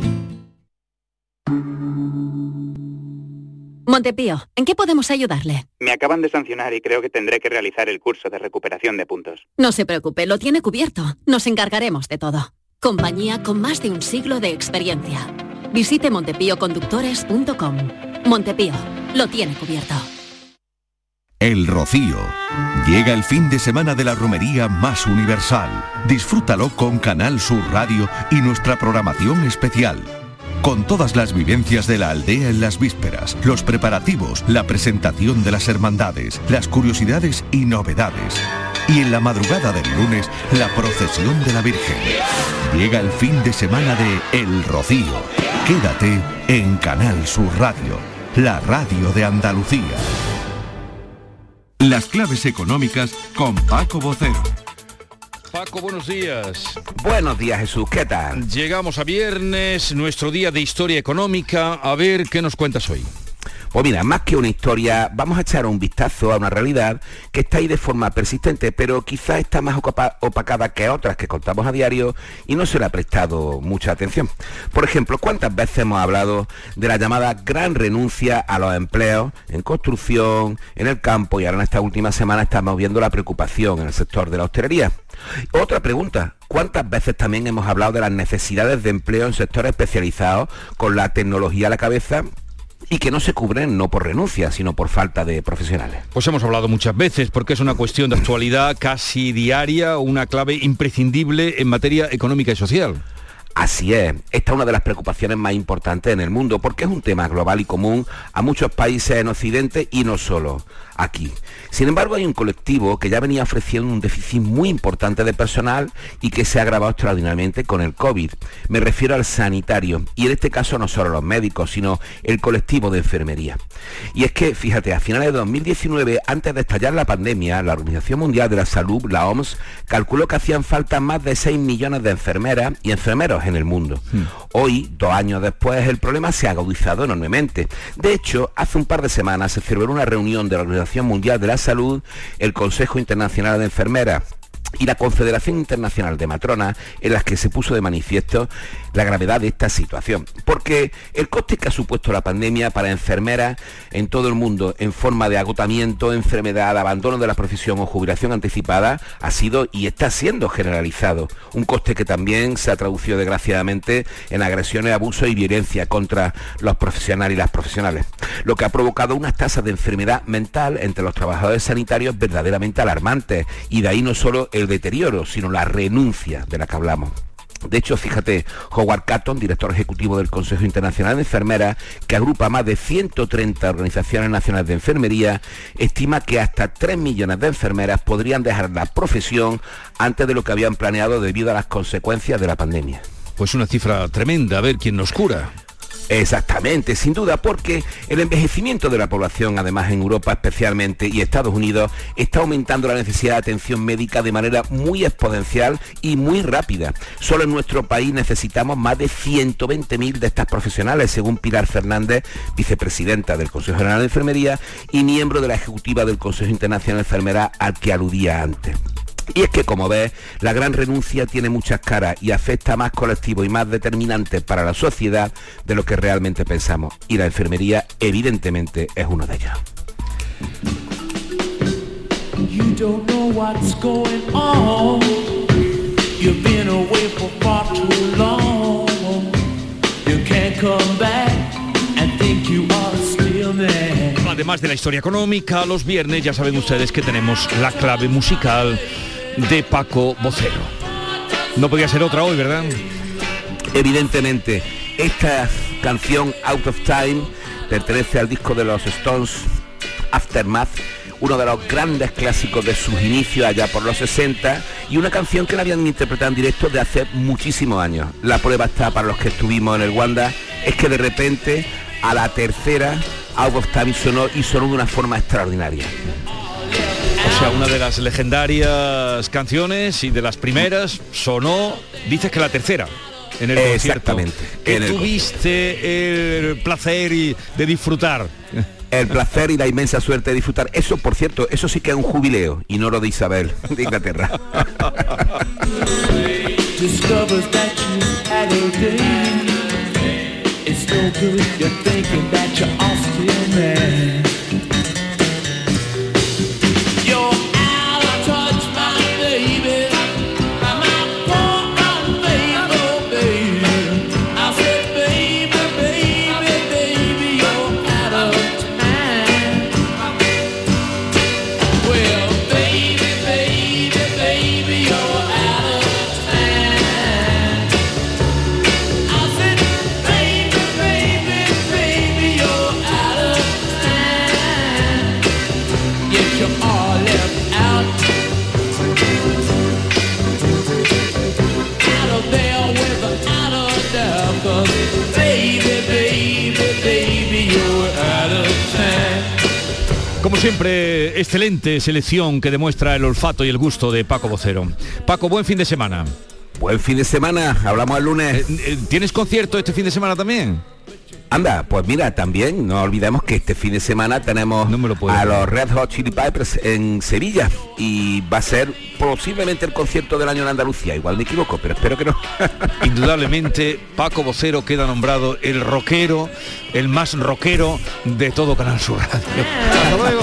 Montepío, ¿en qué podemos ayudarle? Me acaban de sancionar y creo que tendré que realizar el curso de recuperación de puntos. No se preocupe, lo tiene cubierto. Nos encargaremos de todo. Compañía con más de un siglo de experiencia. Visite montepío conductores punto com. Montepío, lo tiene cubierto. El Rocío. Llega el fin de semana de la romería más universal. Disfrútalo con Canal Sur Radio y nuestra programación especial. Con todas las vivencias de la aldea en las vísperas, los preparativos, la presentación de las hermandades, las curiosidades y novedades. Y en la madrugada del lunes, la procesión de la Virgen. Llega el fin de semana de El Rocío. Quédate en Canal Sur Radio, la radio de Andalucía. Las claves económicas con Paco Vocero. Paco, buenos días. Buenos días, Jesús, ¿qué tal? Llegamos a viernes, nuestro día de historia económica. A ver, ¿qué nos cuentas hoy? Pues mira, más que una historia, vamos a echar un vistazo a una realidad que está ahí de forma persistente, pero quizás está más opacada que otras que contamos a diario y no se le ha prestado mucha atención. Por ejemplo, ¿cuántas veces hemos hablado de la llamada gran renuncia a los empleos en construcción, en el campo, y ahora en esta última semana estamos viendo la preocupación en el sector de la hostelería? Otra pregunta, ¿cuántas veces también hemos hablado de las necesidades de empleo en sectores especializados con la tecnología a la cabeza y que no se cubren no por renuncia, sino por falta de profesionales? Pues hemos hablado muchas veces porque es una cuestión de actualidad casi diaria, una clave imprescindible en materia económica y social. Así es, esta es una de las preocupaciones más importantes en el mundo porque es un tema global y común a muchos países en Occidente y no solo aquí. Sin embargo, hay un colectivo que ya venía ofreciendo un déficit muy importante de personal y que se ha agravado extraordinariamente con el COVID. Me refiero al sanitario, y en este caso no solo los médicos, sino el colectivo de enfermería. Y es que, fíjate, a finales de dos mil diecinueve, antes de estallar la pandemia, la Organización Mundial de la Salud, la O M S, calculó que hacían falta más de seis millones de enfermeras y enfermeros en el mundo. Hmm. Hoy, dos años después, el problema se ha agudizado enormemente. De hecho, hace un par de semanas se celebró una reunión de la Organización Mundial de la Salud, el Consejo Internacional de Enfermeras y la Confederación Internacional de Matronas, en las que se puso de manifiesto la gravedad de esta situación. Porque el coste que ha supuesto la pandemia para enfermeras en todo el mundo, en forma de agotamiento, enfermedad, abandono de la profesión o jubilación anticipada, ha sido y está siendo generalizado. Un coste que también se ha traducido desgraciadamente en agresiones, abusos y violencia contra los profesionales y las profesionales. Lo que ha provocado unas tasas de enfermedad mental entre los trabajadores sanitarios verdaderamente alarmantes, y de ahí no solo el deterioro, sino la renuncia de la que hablamos. De hecho, fíjate, Howard Catton, director ejecutivo del Consejo Internacional de Enfermeras, que agrupa más de ciento treinta organizaciones nacionales de enfermería, estima que hasta tres millones de enfermeras podrían dejar la profesión antes de lo que habían planeado debido a las consecuencias de la pandemia. Pues una cifra tremenda, a ver quién nos cura. Exactamente, sin duda, porque el envejecimiento de la población, además en Europa especialmente y Estados Unidos, está aumentando la necesidad de atención médica de manera muy exponencial y muy rápida. Solo en nuestro país necesitamos más de ciento veinte mil de estas profesionales, según Pilar Fernández, vicepresidenta del Consejo General de Enfermería y miembro de la ejecutiva del Consejo Internacional de Enfermería al que aludía antes. Y es que, como ves, la gran renuncia tiene muchas caras y afecta a más colectivos y más determinantes para la sociedad de lo que realmente pensamos. Y la enfermería, evidentemente, es uno de ellos. You don't know what's going on. You've been away for far too long. You can't come back and think you are still there. Además de la historia económica, los viernes ya saben ustedes que tenemos la clave musical de Paco Vocero. No podía ser otra hoy, ¿verdad? Evidentemente, esta canción Out of Time pertenece al disco de los Stones, Aftermath, uno de los grandes clásicos de sus inicios allá por los sesenta, y una canción que la habían interpretado en directo de hace muchísimos años. La prueba está para los que estuvimos en el Wanda, es que de repente a la tercera Out of Time sonó y sonó de una forma extraordinaria. O sea, una de las legendarias canciones y de las primeras sonó, dices que la tercera. en el concierto. Exactamente. Que tuviste el placer y de disfrutar. El placer y la inmensa suerte de disfrutar. Eso, por cierto, eso sí que es un jubileo, y no lo de Isabel, de Inglaterra. Como siempre, excelente selección que demuestra el olfato y el gusto de Paco Vocero. Paco, buen fin de semana. Buen fin de semana, hablamos el lunes. Eh, ¿Tienes concierto este fin de semana también? Anda, pues mira, también no olvidemos que este fin de semana tenemos no me lo a los Red Hot Chili Peppers en Sevilla y va a ser posiblemente el concierto del año en Andalucía. Igual me equivoco, pero espero que no. Indudablemente, Paco Vocero queda nombrado el rockero, el más rockero de todo Canal Sur Radio. Hasta luego.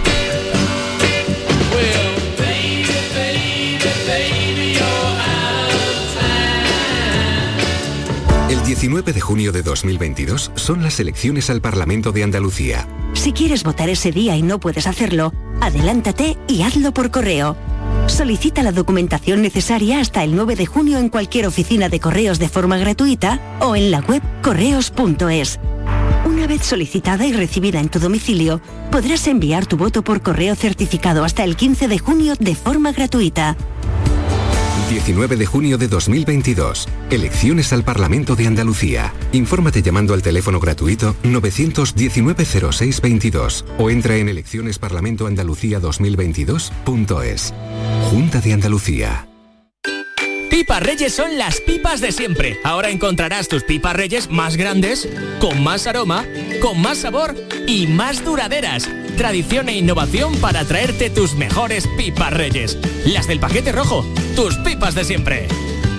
El diecinueve de junio de dos mil veintidós son las elecciones al Parlamento de Andalucía. Si quieres votar ese día y no puedes hacerlo, adelántate y hazlo por correo. Solicita la documentación necesaria hasta el nueve de junio en cualquier oficina de correos de forma gratuita o en la web correos punto es. Una vez solicitada y recibida en tu domicilio, podrás enviar tu voto por correo certificado hasta el quince de junio de forma gratuita. diecinueve de junio de dos mil veintidós. Elecciones al Parlamento de Andalucía. Infórmate llamando al teléfono gratuito nueve uno nueve cero seis veintidós o entra en elecciones parlamento andalucía dos mil veintidós punto es. Junta de Andalucía. Pipas Reyes son las pipas de siempre. Ahora encontrarás tus pipas Reyes más grandes, con más aroma, con más sabor y más duraderas. Tradición e innovación para traerte tus mejores pipas Reyes. Las del paquete rojo, tus pipas de siempre.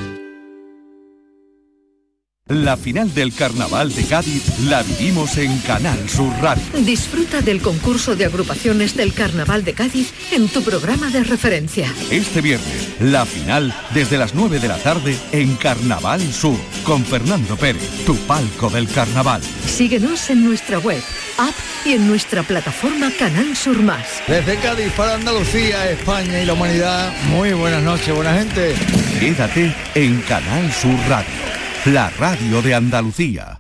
La final del Carnaval de Cádiz la vivimos en Canal Sur Radio. Disfruta del concurso de agrupaciones del Carnaval de Cádiz en tu programa de referencia. Este viernes, la final desde las nueve de la tarde en Carnaval Sur, con Fernando Pérez, tu palco del carnaval. Síguenos en nuestra web, app y en nuestra plataforma Canal Sur Más. Desde Cádiz para Andalucía, España y la humanidad, muy buenas noches, buena gente. Quédate en Canal Sur Radio, la radio de Andalucía.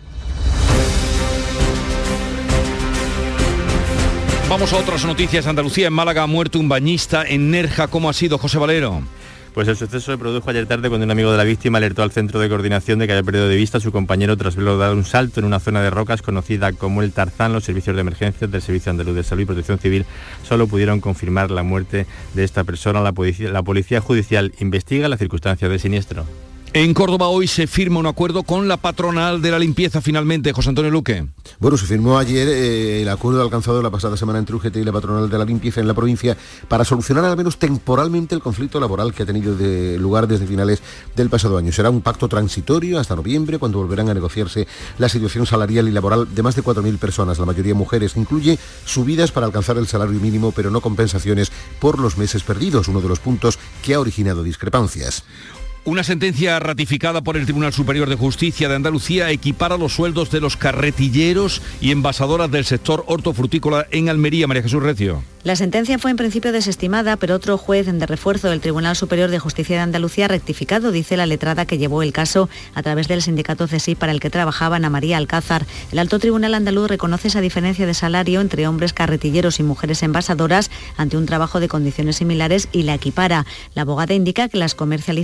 Vamos a otras noticias. Andalucía, en Málaga ha muerto un bañista en Nerja. ¿Cómo ha sido, José Valero? Pues el suceso se produjo ayer tarde cuando un amigo de la víctima alertó al centro de coordinación de que había perdido de vista a su compañero tras verlo dar un salto en una zona de rocas conocida como el Tarzán. Los servicios de emergencias del Servicio Andaluz de Salud y Protección Civil solo pudieron confirmar la muerte de esta persona. La policía, la policía judicial investiga las circunstancias del siniestro. En Córdoba hoy se firma un acuerdo con la patronal de la limpieza finalmente, José Antonio Luque. Bueno, se firmó ayer eh, el acuerdo alcanzado la pasada semana entre U G T y la patronal de la limpieza en la provincia para solucionar al menos temporalmente el conflicto laboral que ha tenido de lugar desde finales del pasado año. Será un pacto transitorio hasta noviembre, cuando volverán a negociarse la situación salarial y laboral de más de cuatro mil personas, la mayoría mujeres. Incluye subidas para alcanzar el salario mínimo, pero no compensaciones por los meses perdidos, uno de los puntos que ha originado discrepancias. Una sentencia ratificada por el Tribunal Superior de Justicia de Andalucía equipara los sueldos de los carretilleros y envasadoras del sector hortofrutícola en Almería. María Jesús Recio. La sentencia fue en principio desestimada, pero otro juez de refuerzo del Tribunal Superior de Justicia de Andalucía ha rectificado, dice la letrada que llevó el caso a través del sindicato C S I para el que trabajaba Ana María Alcázar. El Alto Tribunal andaluz reconoce esa diferencia de salario entre hombres carretilleros y mujeres envasadoras ante un trabajo de condiciones similares y la equipara. La abogada indica que las comercializadoras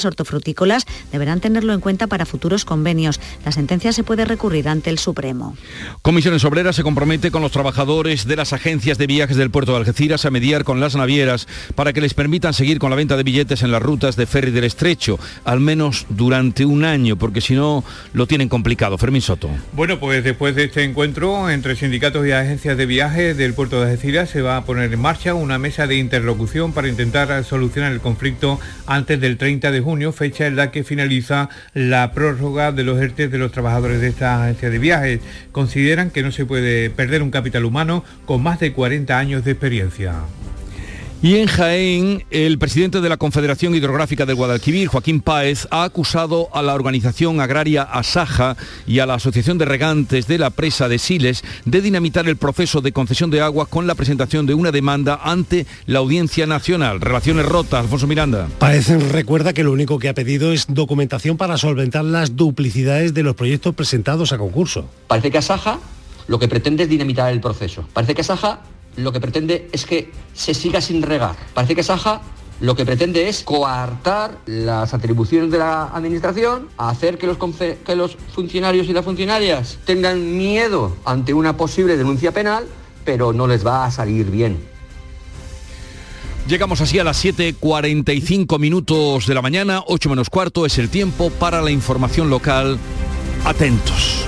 hortofrutícolas deberán tenerlo en cuenta para futuros convenios. La sentencia se puede recurrir ante el Supremo. Comisiones Obreras se compromete con los trabajadores de las agencias de viajes del puerto de Algeciras a mediar con las navieras para que les permitan seguir con la venta de billetes en las rutas de ferry del Estrecho, al menos durante un año, porque si no lo tienen complicado. Fermín Soto. Bueno, pues después de este encuentro entre sindicatos y agencias de viajes del puerto de Algeciras se va a poner en marcha una mesa de interlocución para intentar solucionar el conflicto antes del treinta de junio, fecha en la que finaliza la prórroga de los ERTE de los trabajadores de esta agencia de viajes. Consideran que no se puede perder un capital humano con más de cuarenta años de experiencia. Y en Jaén, el presidente de la Confederación Hidrográfica del Guadalquivir, Joaquín Páez, ha acusado a la organización agraria Asaja y a la Asociación de Regantes de la Presa de Siles de dinamitar el proceso de concesión de aguas con la presentación de una demanda ante la Audiencia Nacional. Relaciones rotas, Alfonso Miranda. Páez recuerda que lo único que ha pedido es documentación para solventar las duplicidades de los proyectos presentados a concurso. Parece que Asaja lo que pretende es dinamitar el proceso. Parece que Asaja lo que pretende es que se siga sin regar. Parece que Saja lo que pretende es coartar las atribuciones de la administración, hacer que los, que los funcionarios y las funcionarias tengan miedo ante una posible denuncia penal, pero no les va a salir bien. Llegamos así a las siete cuarenta y cinco minutos de la mañana, ocho menos cuarto es el tiempo para la información local. Atentos.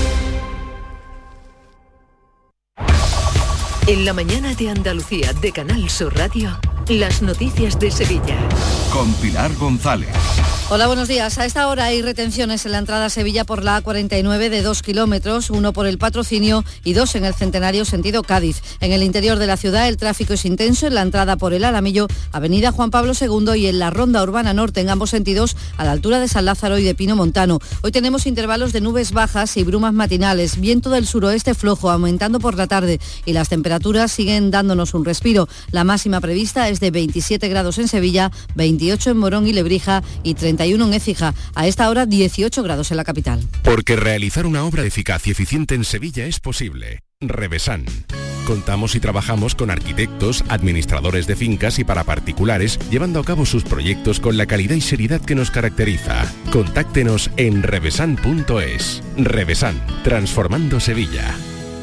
En la mañana de Andalucía de Canal Sur Radio, las noticias de Sevilla. Con Pilar González. Hola, buenos días. A esta hora hay retenciones en la entrada a Sevilla por la A cuarenta y nueve de dos kilómetros, uno por el Patrocinio y dos en el Centenario sentido Cádiz. En el interior de la ciudad el tráfico es intenso en la entrada por el Alamillo, Avenida Juan Pablo segundo y en la Ronda Urbana Norte en ambos sentidos a la altura de San Lázaro y de Pino Montano. Hoy tenemos intervalos de nubes bajas y brumas matinales, viento del suroeste flojo aumentando por la tarde y las temperaturas siguen dándonos un respiro. La máxima prevista es de veintisiete grados en Sevilla, veintiocho en Morón y Lebrija y treinta y uno en Écija. A esta hora dieciocho grados en la capital. Porque realizar una obra eficaz y eficiente en Sevilla es posible. Revesan. Contamos y trabajamos con arquitectos, administradores de fincas y para particulares, llevando a cabo sus proyectos con la calidad y seriedad que nos caracteriza. Contáctenos en revesan punto es. Revesan, transformando Sevilla.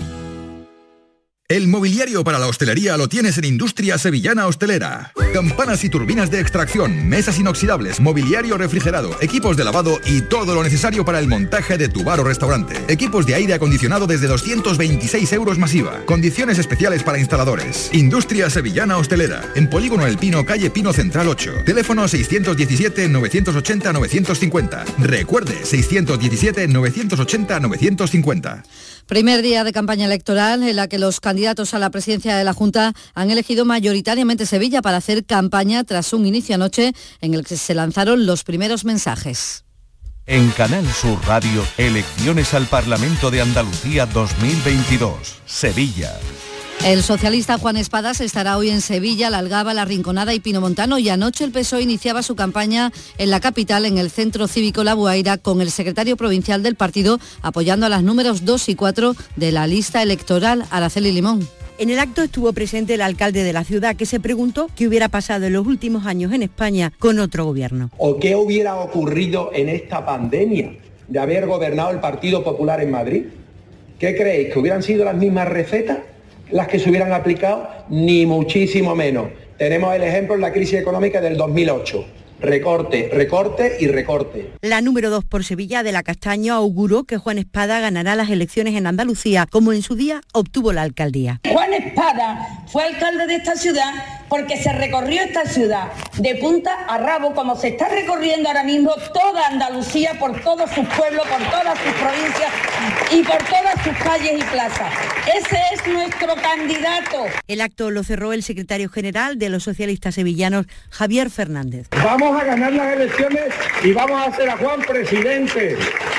El mobiliario para la hostelería lo tienes en Industria Sevillana Hostelera. Campanas y turbinas de extracción, mesas inoxidables, mobiliario refrigerado, equipos de lavado y todo lo necesario para el montaje de tu bar o restaurante. Equipos de aire acondicionado desde doscientos veintiséis euros masiva. Condiciones especiales para instaladores. Industria Sevillana Hostelera. En Polígono El Pino, calle Pino Central ocho. Teléfono seiscientos diecisiete, novecientos ochenta, novecientos cincuenta. Recuerde, seiscientos diecisiete, novecientos ochenta, novecientos cincuenta. Primer día de campaña electoral en la que los candidatos a la presidencia de la Junta han elegido mayoritariamente Sevilla para hacer campaña tras un inicio anoche en el que se lanzaron los primeros mensajes. En Canal Sur Radio, elecciones al Parlamento de Andalucía dos mil veintidós, Sevilla. El socialista Juan Espadas estará hoy en Sevilla, La Algaba, La Rinconada y Pino Montano y anoche el P S O E iniciaba su campaña en la capital, en el Centro Cívico La Buaira, con el secretario provincial del partido apoyando a las números dos y cuatro de la lista electoral, Araceli Limón. En el acto estuvo presente el alcalde de la ciudad, que se preguntó qué hubiera pasado en los últimos años en España con otro gobierno. ¿O qué hubiera ocurrido en esta pandemia de haber gobernado el Partido Popular en Madrid? ¿Qué creéis? ¿Que hubieran sido las mismas recetas las que se hubieran aplicado? Ni muchísimo menos. Tenemos el ejemplo en la crisis económica del dos mil ocho. Recorte, recorte y recorte. La número dos por Sevilla, de la Castaño, auguró que Juan Espada ganará las elecciones en Andalucía, como en su día obtuvo la alcaldía. Juan Espada fue alcalde de esta ciudad porque se recorrió esta ciudad de punta a rabo, como se está recorriendo ahora mismo toda Andalucía, por todos sus pueblos, por todas sus provincias y por todas sus calles y plazas. Ese es nuestro candidato. El acto lo cerró el secretario general de los socialistas sevillanos, Javier Fernández. Vamos a ganar las elecciones y vamos a hacer a Juan presidente,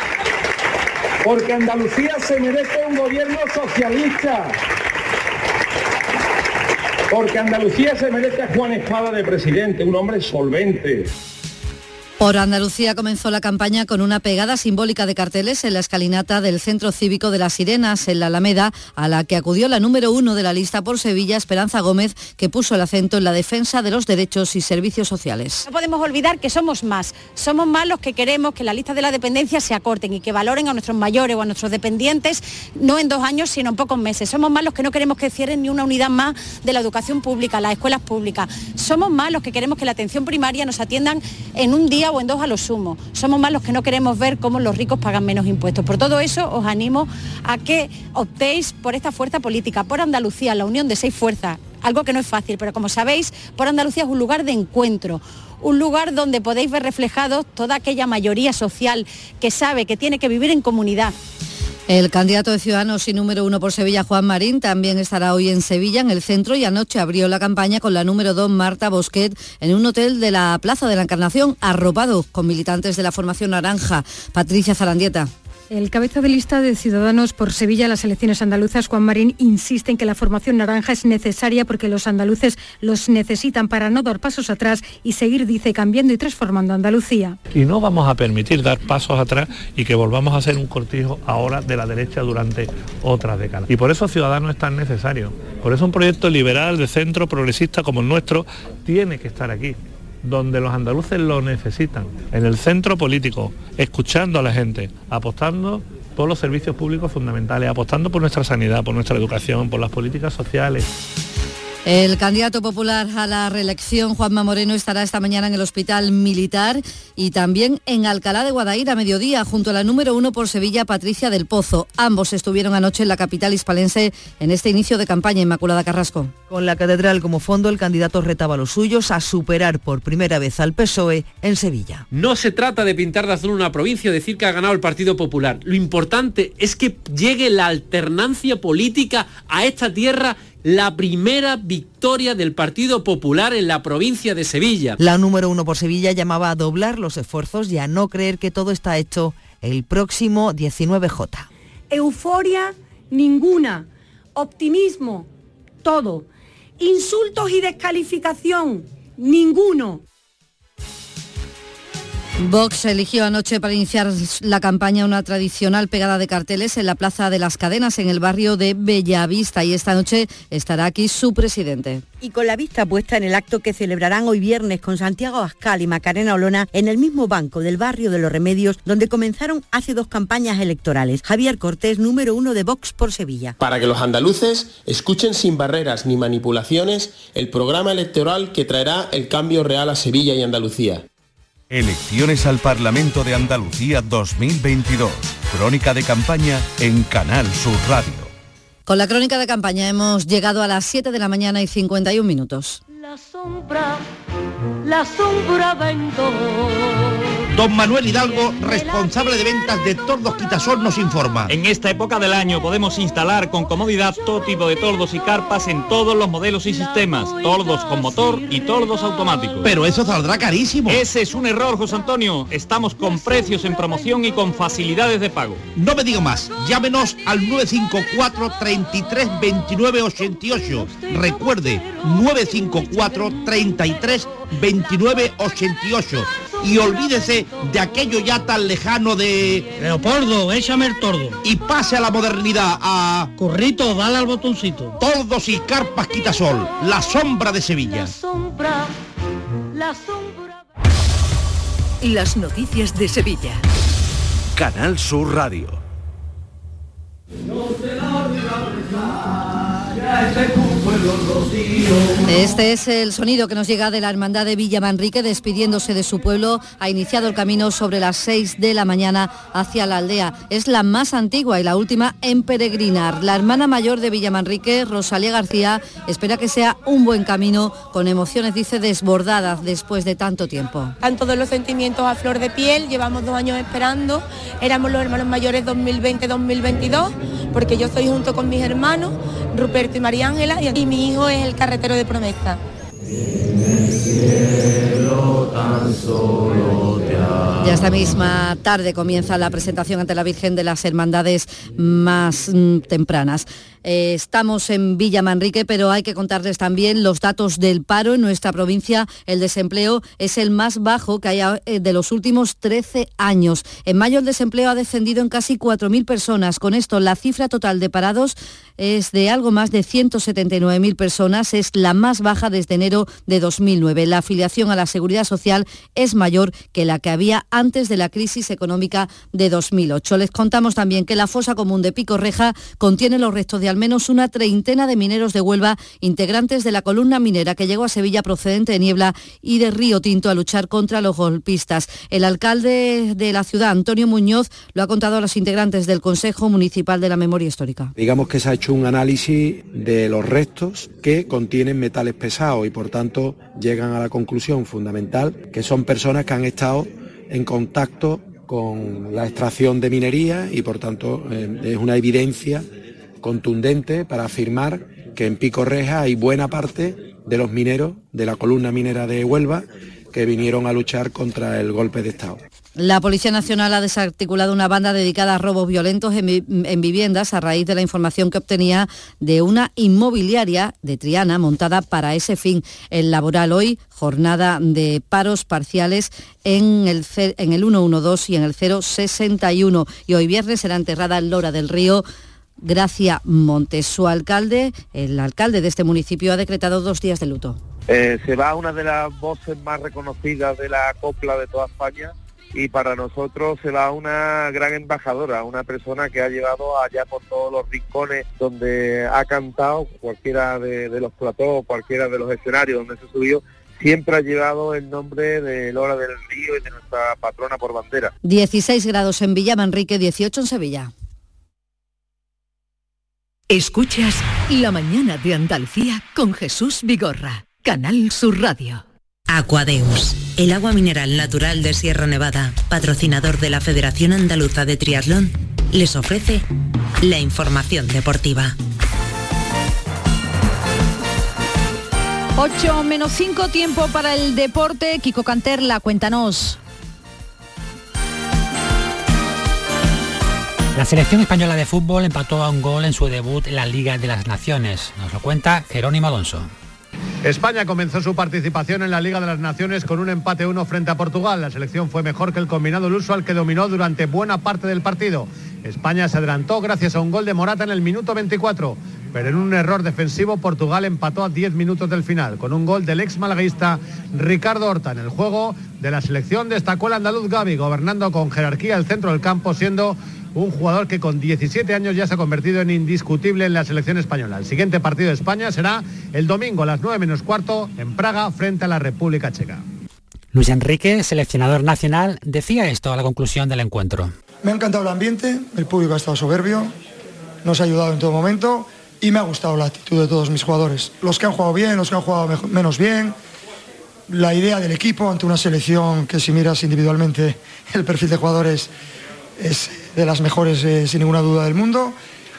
porque Andalucía se merece un gobierno socialista, porque Andalucía se merece a Juan Espada de presidente, un hombre solvente. Por Andalucía comenzó la campaña con una pegada simbólica de carteles en la escalinata del Centro Cívico de las Sirenas, en la Alameda, a la que acudió la número uno de la lista por Sevilla, Esperanza Gómez, que puso el acento en la defensa de los derechos y servicios sociales. No podemos olvidar que somos más, somos más los que queremos que las listas de la dependencia se acorten y que valoren a nuestros mayores o a nuestros dependientes, no en dos años, sino en pocos meses. Somos más los que no queremos que cierren ni una unidad más de la educación pública, las escuelas públicas. Somos más los que queremos que la atención primaria nos atiendan en un día o en dos a lo sumo. Somos más los que no queremos ver cómo los ricos pagan menos impuestos. Por todo eso os animo a que optéis por esta fuerza política, por Andalucía, la unión de seis fuerzas, algo que no es fácil, pero como sabéis, por Andalucía es un lugar de encuentro, un lugar donde podéis ver reflejados toda aquella mayoría social que sabe que tiene que vivir en comunidad. El candidato de Ciudadanos y número uno por Sevilla, Juan Marín, también estará hoy en Sevilla, en el centro, y anoche abrió la campaña con la número dos, Marta Bosquet, en un hotel de la Plaza de la Encarnación, arropado con militantes de la formación naranja. Patricia Zarandieta. El cabeza de lista de Ciudadanos por Sevilla en las elecciones andaluzas, Juan Marín, insiste en que la formación naranja es necesaria porque los andaluces los necesitan para no dar pasos atrás y seguir, dice, cambiando y transformando Andalucía. Y no vamos a permitir dar pasos atrás y que volvamos a hacer un cortijo ahora de la derecha durante otras décadas. Y por eso Ciudadanos es tan necesario. Por eso un proyecto liberal, de centro, progresista como el nuestro, tiene que estar aquí, donde los andaluces lo necesitan, en el centro político, escuchando a la gente, apostando por los servicios públicos fundamentales, apostando por nuestra sanidad, por nuestra educación, por las políticas sociales. El candidato popular a la reelección, Juanma Moreno, estará esta mañana en el Hospital Militar y también en Alcalá de Guadaira a mediodía, junto a la número uno por Sevilla, Patricia del Pozo. Ambos estuvieron anoche en la capital hispalense en este inicio de campaña. Inmaculada Carrasco. Con la catedral como fondo, el candidato retaba a los suyos a superar por primera vez al P S O E en Sevilla. No se trata de pintar de azul una provincia o decir que ha ganado el Partido Popular. Lo importante es que llegue la alternancia política a esta tierra, la primera victoria del Partido Popular en la provincia de Sevilla. La número uno por Sevilla llamaba a doblar los esfuerzos y a no creer que todo está hecho el próximo diecinueve J. Euforia, ninguna. Optimismo, todo. Insultos y descalificación, ninguno. Vox eligió anoche para iniciar la campaña una tradicional pegada de carteles en la Plaza de las Cadenas, en el barrio de Bellavista, y esta noche estará aquí su presidente. Y con la vista puesta en el acto que celebrarán hoy viernes con Santiago Abascal y Macarena Olona en el mismo banco del barrio de Los Remedios, donde comenzaron hace dos campañas electorales. Javier Cortés, número uno de Vox por Sevilla. Para que los andaluces escuchen sin barreras ni manipulaciones el programa electoral que traerá el cambio real a Sevilla y Andalucía. Elecciones al Parlamento de Andalucía dos mil veintidós. Crónica de campaña en Canal Sur Radio. Con la crónica de campaña hemos llegado a las siete de la mañana y cincuenta y un minutos. La sombra, la sombra vento. Don Manuel Hidalgo, responsable de ventas de Tordos Quitasol, nos informa. En esta época del año podemos instalar con comodidad todo tipo de tordos y carpas en todos los modelos y sistemas, tordos con motor y tordos automáticos. Pero eso saldrá carísimo. Ese es un error, José Antonio. Estamos con precios en promoción y con facilidades de pago. No me digo más. Llámenos al nueve cinco cuatro, treinta y tres, veintinueve, ochenta y ocho. Recuerde, nueve cinco cuatro, treinta y tres, veintinueve, ochenta y ocho. Y olvídese de aquello ya tan lejano de... Leopoldo, échame el tordo. Y pase a la modernidad, a... Currito, dale al botoncito. Tordos y carpas Quitasol, la sombra de Sevilla. La sombra, la sombra... Las noticias de Sevilla. Canal Sur Radio. Este es el sonido que nos llega de la Hermandad de Villa Manrique, despidiéndose de su pueblo. Ha iniciado el camino sobre las seis de la mañana hacia la aldea. Es la más antigua y la última en peregrinar. La hermana mayor de Villa Manrique, Rosalía García, espera que sea un buen camino, con emociones, dice, desbordadas después de tanto tiempo. Están todos los sentimientos a flor de piel, llevamos dos años esperando, éramos los hermanos mayores dos mil veinte dos mil veintidós, porque yo soy junto con mis hermanos, Ruperto y María Ángela, y mi hijo es el carretero de promesa. Ya esta misma tarde comienza la presentación ante la Virgen de las Hermandades más mm, tempranas. Eh, estamos en Villa Manrique, pero hay que contarles también los datos del paro. En nuestra provincia el desempleo es el más bajo que haya de los últimos trece años. En mayo el desempleo ha descendido en casi cuatro mil personas. Con esto la cifra total de parados es de algo más de ciento setenta y nueve mil personas. Es la más baja desde enero de dos mil nueve. La afiliación a la Seguridad Social es mayor que la que había antes de la crisis económica de dos mil ocho. Les contamos también que la fosa común de Pico Reja contiene los restos de al menos una treintena de mineros de Huelva, integrantes de la columna minera que llegó a Sevilla procedente de Niebla y de Río Tinto a luchar contra los golpistas. El alcalde de la ciudad, Antonio Muñoz, lo ha contado a los integrantes del Consejo Municipal de la Memoria Histórica. Digamos que se ha hecho un análisis de los restos que contienen metales pesados y por tanto llegan a la conclusión fundamental que son personas que han estado en contacto con la extracción de minería y por tanto eh, es una evidencia contundente para afirmar que en Pico Reja hay buena parte de los mineros de la columna minera de Huelva que vinieron a luchar contra el golpe de Estado. La Policía Nacional ha desarticulado una banda dedicada a robos violentos en, en viviendas a raíz de la información que obtenía de una inmobiliaria de Triana montada para ese fin. El laboral hoy, jornada de paros parciales en el, en el ciento doce y en el cero sesenta y uno. Y hoy viernes será enterrada en Lora del Río Gracia Montes. Su alcalde, el alcalde de este municipio, ha decretado dos días de luto. Eh, se va una de las voces más reconocidas de la copla de toda España y para nosotros se va una gran embajadora, una persona que ha llevado allá por todos los rincones donde ha cantado, cualquiera de, de los platós, cualquiera de los escenarios donde se subió, siempre ha llevado el nombre de Lora del Río y de nuestra patrona por bandera. dieciséis grados en Villa Manrique, dieciocho en Sevilla. Escuchas La Mañana de Andalucía con Jesús Vigorra, Canal Sur Radio. Aquadeus, el agua mineral natural de Sierra Nevada, patrocinador de la Federación Andaluza de Triatlón, les ofrece la información deportiva. ocho menos cinco, tiempo para el deporte. Kiko Canterla, cuéntanos. La selección española de fútbol empató a un gol en su debut en la Liga de las Naciones. Nos lo cuenta Jerónimo Alonso. España comenzó su participación en la Liga de las Naciones con un empate uno frente a Portugal. La selección fue mejor que el combinado luso al que dominó durante buena parte del partido. España se adelantó gracias a un gol de Morata en el minuto veinticuatro, pero en un error defensivo Portugal empató a diez minutos del final con un gol del ex malaguista Ricardo Horta. En el juego de la selección destacó el andaluz Gavi, gobernando con jerarquía el centro del campo, siendo un jugador que con diecisiete años ya se ha convertido en indiscutible en la selección española. El siguiente partido de España será el domingo a las nueve menos cuarto en Praga frente a la República Checa. Luis Enrique, seleccionador nacional, decía esto a la conclusión del encuentro. Me ha encantado el ambiente, el público ha estado soberbio, nos ha ayudado en todo momento y me ha gustado la actitud de todos mis jugadores. Los que han jugado bien, los que han jugado mejor, menos bien, la idea del equipo ante una selección que si miras individualmente el perfil de jugadores es de las mejores eh, sin ninguna duda del mundo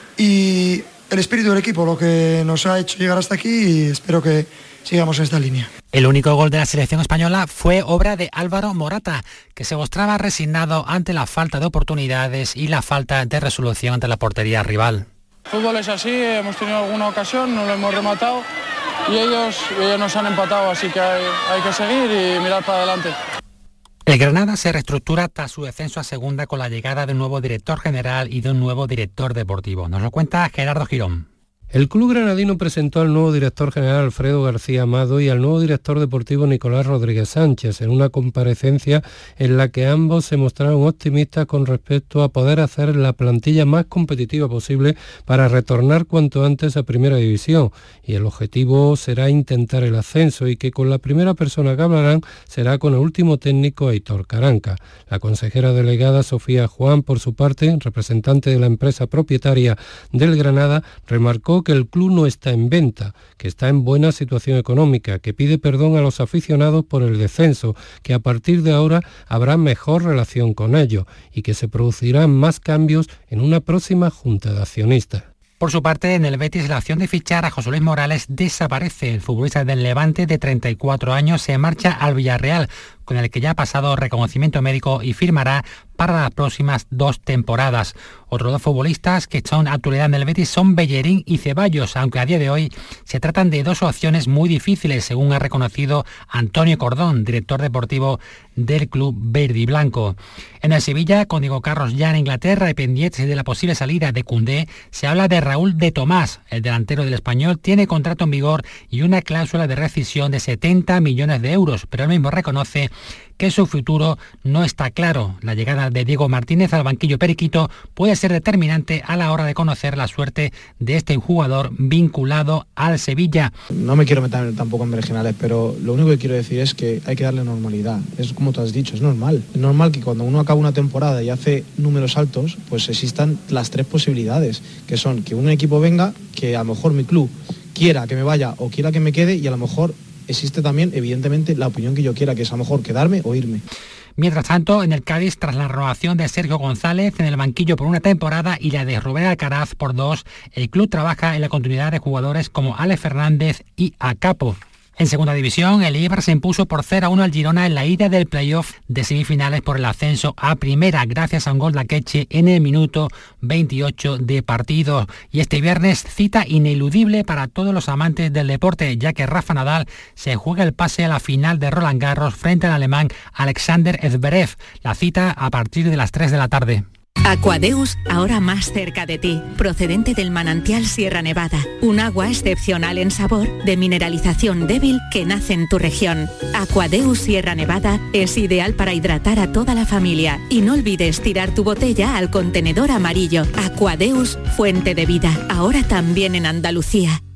y el espíritu del equipo lo que nos ha hecho llegar hasta aquí y espero que sigamos en esta línea. El único gol de la selección española fue obra de Álvaro Morata, que se mostraba resignado ante la falta de oportunidades y la falta de resolución ante la portería rival. El fútbol es así, hemos tenido alguna ocasión, no lo hemos rematado y ellos, ellos nos han empatado, así que hay, hay que seguir y mirar para adelante. El Granada se reestructura tras su descenso a segunda con la llegada de un nuevo director general y de un nuevo director deportivo. Nos lo cuenta Gerardo Girón. El club granadino presentó al nuevo director general Alfredo García Amado y al nuevo director deportivo Nicolás Rodríguez Sánchez en una comparecencia en la que ambos se mostraron optimistas con respecto a poder hacer la plantilla más competitiva posible para retornar cuanto antes a Primera División, y el objetivo será intentar el ascenso y que con la primera persona que hablarán será con el último técnico Aitor Caranca. La consejera delegada Sofía Juan, por su parte, representante de la empresa propietaria del Granada, remarcó que el club no está en venta, que está en buena situación económica, que pide perdón a los aficionados por el descenso, que a partir de ahora habrá mejor relación con ellos y que se producirán más cambios en una próxima junta de accionistas. Por su parte, en el Betis la opción de fichar a José Luis Morales desaparece. El futbolista del Levante de treinta y cuatro años se marcha al Villarreal con el que ya ha pasado reconocimiento médico y firmará para las próximas dos temporadas. Otros dos futbolistas que son actualidad en el Betis son Bellerín y Ceballos, aunque a día de hoy se tratan de dos opciones muy difíciles, según ha reconocido Antonio Cordón, director deportivo del club verde y blanco. En el Sevilla, con Diego Carlos ya en Inglaterra y pendientes de la posible salida de Koundé, se habla de Raúl de Tomás. El delantero del Español tiene contrato en vigor y una cláusula de rescisión de setenta millones de euros, pero él mismo reconoce que su futuro no está claro. La llegada de Diego Martínez al banquillo periquito puede ser determinante a la hora de conocer la suerte de este jugador vinculado al Sevilla. No me quiero meter tampoco en marginales, pero lo único que quiero decir es que hay que darle normalidad. Es como tú has dicho, es normal. Es normal que cuando uno acaba una temporada y hace números altos, pues existan las tres posibilidades, que son que un equipo venga, que a lo mejor mi club quiera que me vaya o quiera que me quede, y a lo mejor existe también, evidentemente, la opinión que yo quiera, que es a lo mejor quedarme o irme. Mientras tanto, en el Cádiz, tras la renovación de Sergio González en el banquillo por una temporada y la de Rubén Alcaraz por dos, el club trabaja en la continuidad de jugadores como Alex Fernández y Acapo. En segunda división, el Eibar se impuso por cero a uno al Girona en la ida del playoff de semifinales por el ascenso a primera, gracias a un gol de Akeche en el minuto veintiocho de partido. Y este viernes, cita ineludible para todos los amantes del deporte, ya que Rafa Nadal se juega el pase a la final de Roland Garros frente al alemán Alexander Zverev. La cita a partir de las tres de la tarde. Aquadeus, ahora más cerca de ti, procedente del manantial Sierra Nevada, un agua excepcional en sabor, de mineralización débil que nace en tu región. Aquadeus Sierra Nevada es ideal para hidratar a toda la familia y no olvides tirar tu botella al contenedor amarillo. Aquadeus, fuente de vida, ahora también en Andalucía.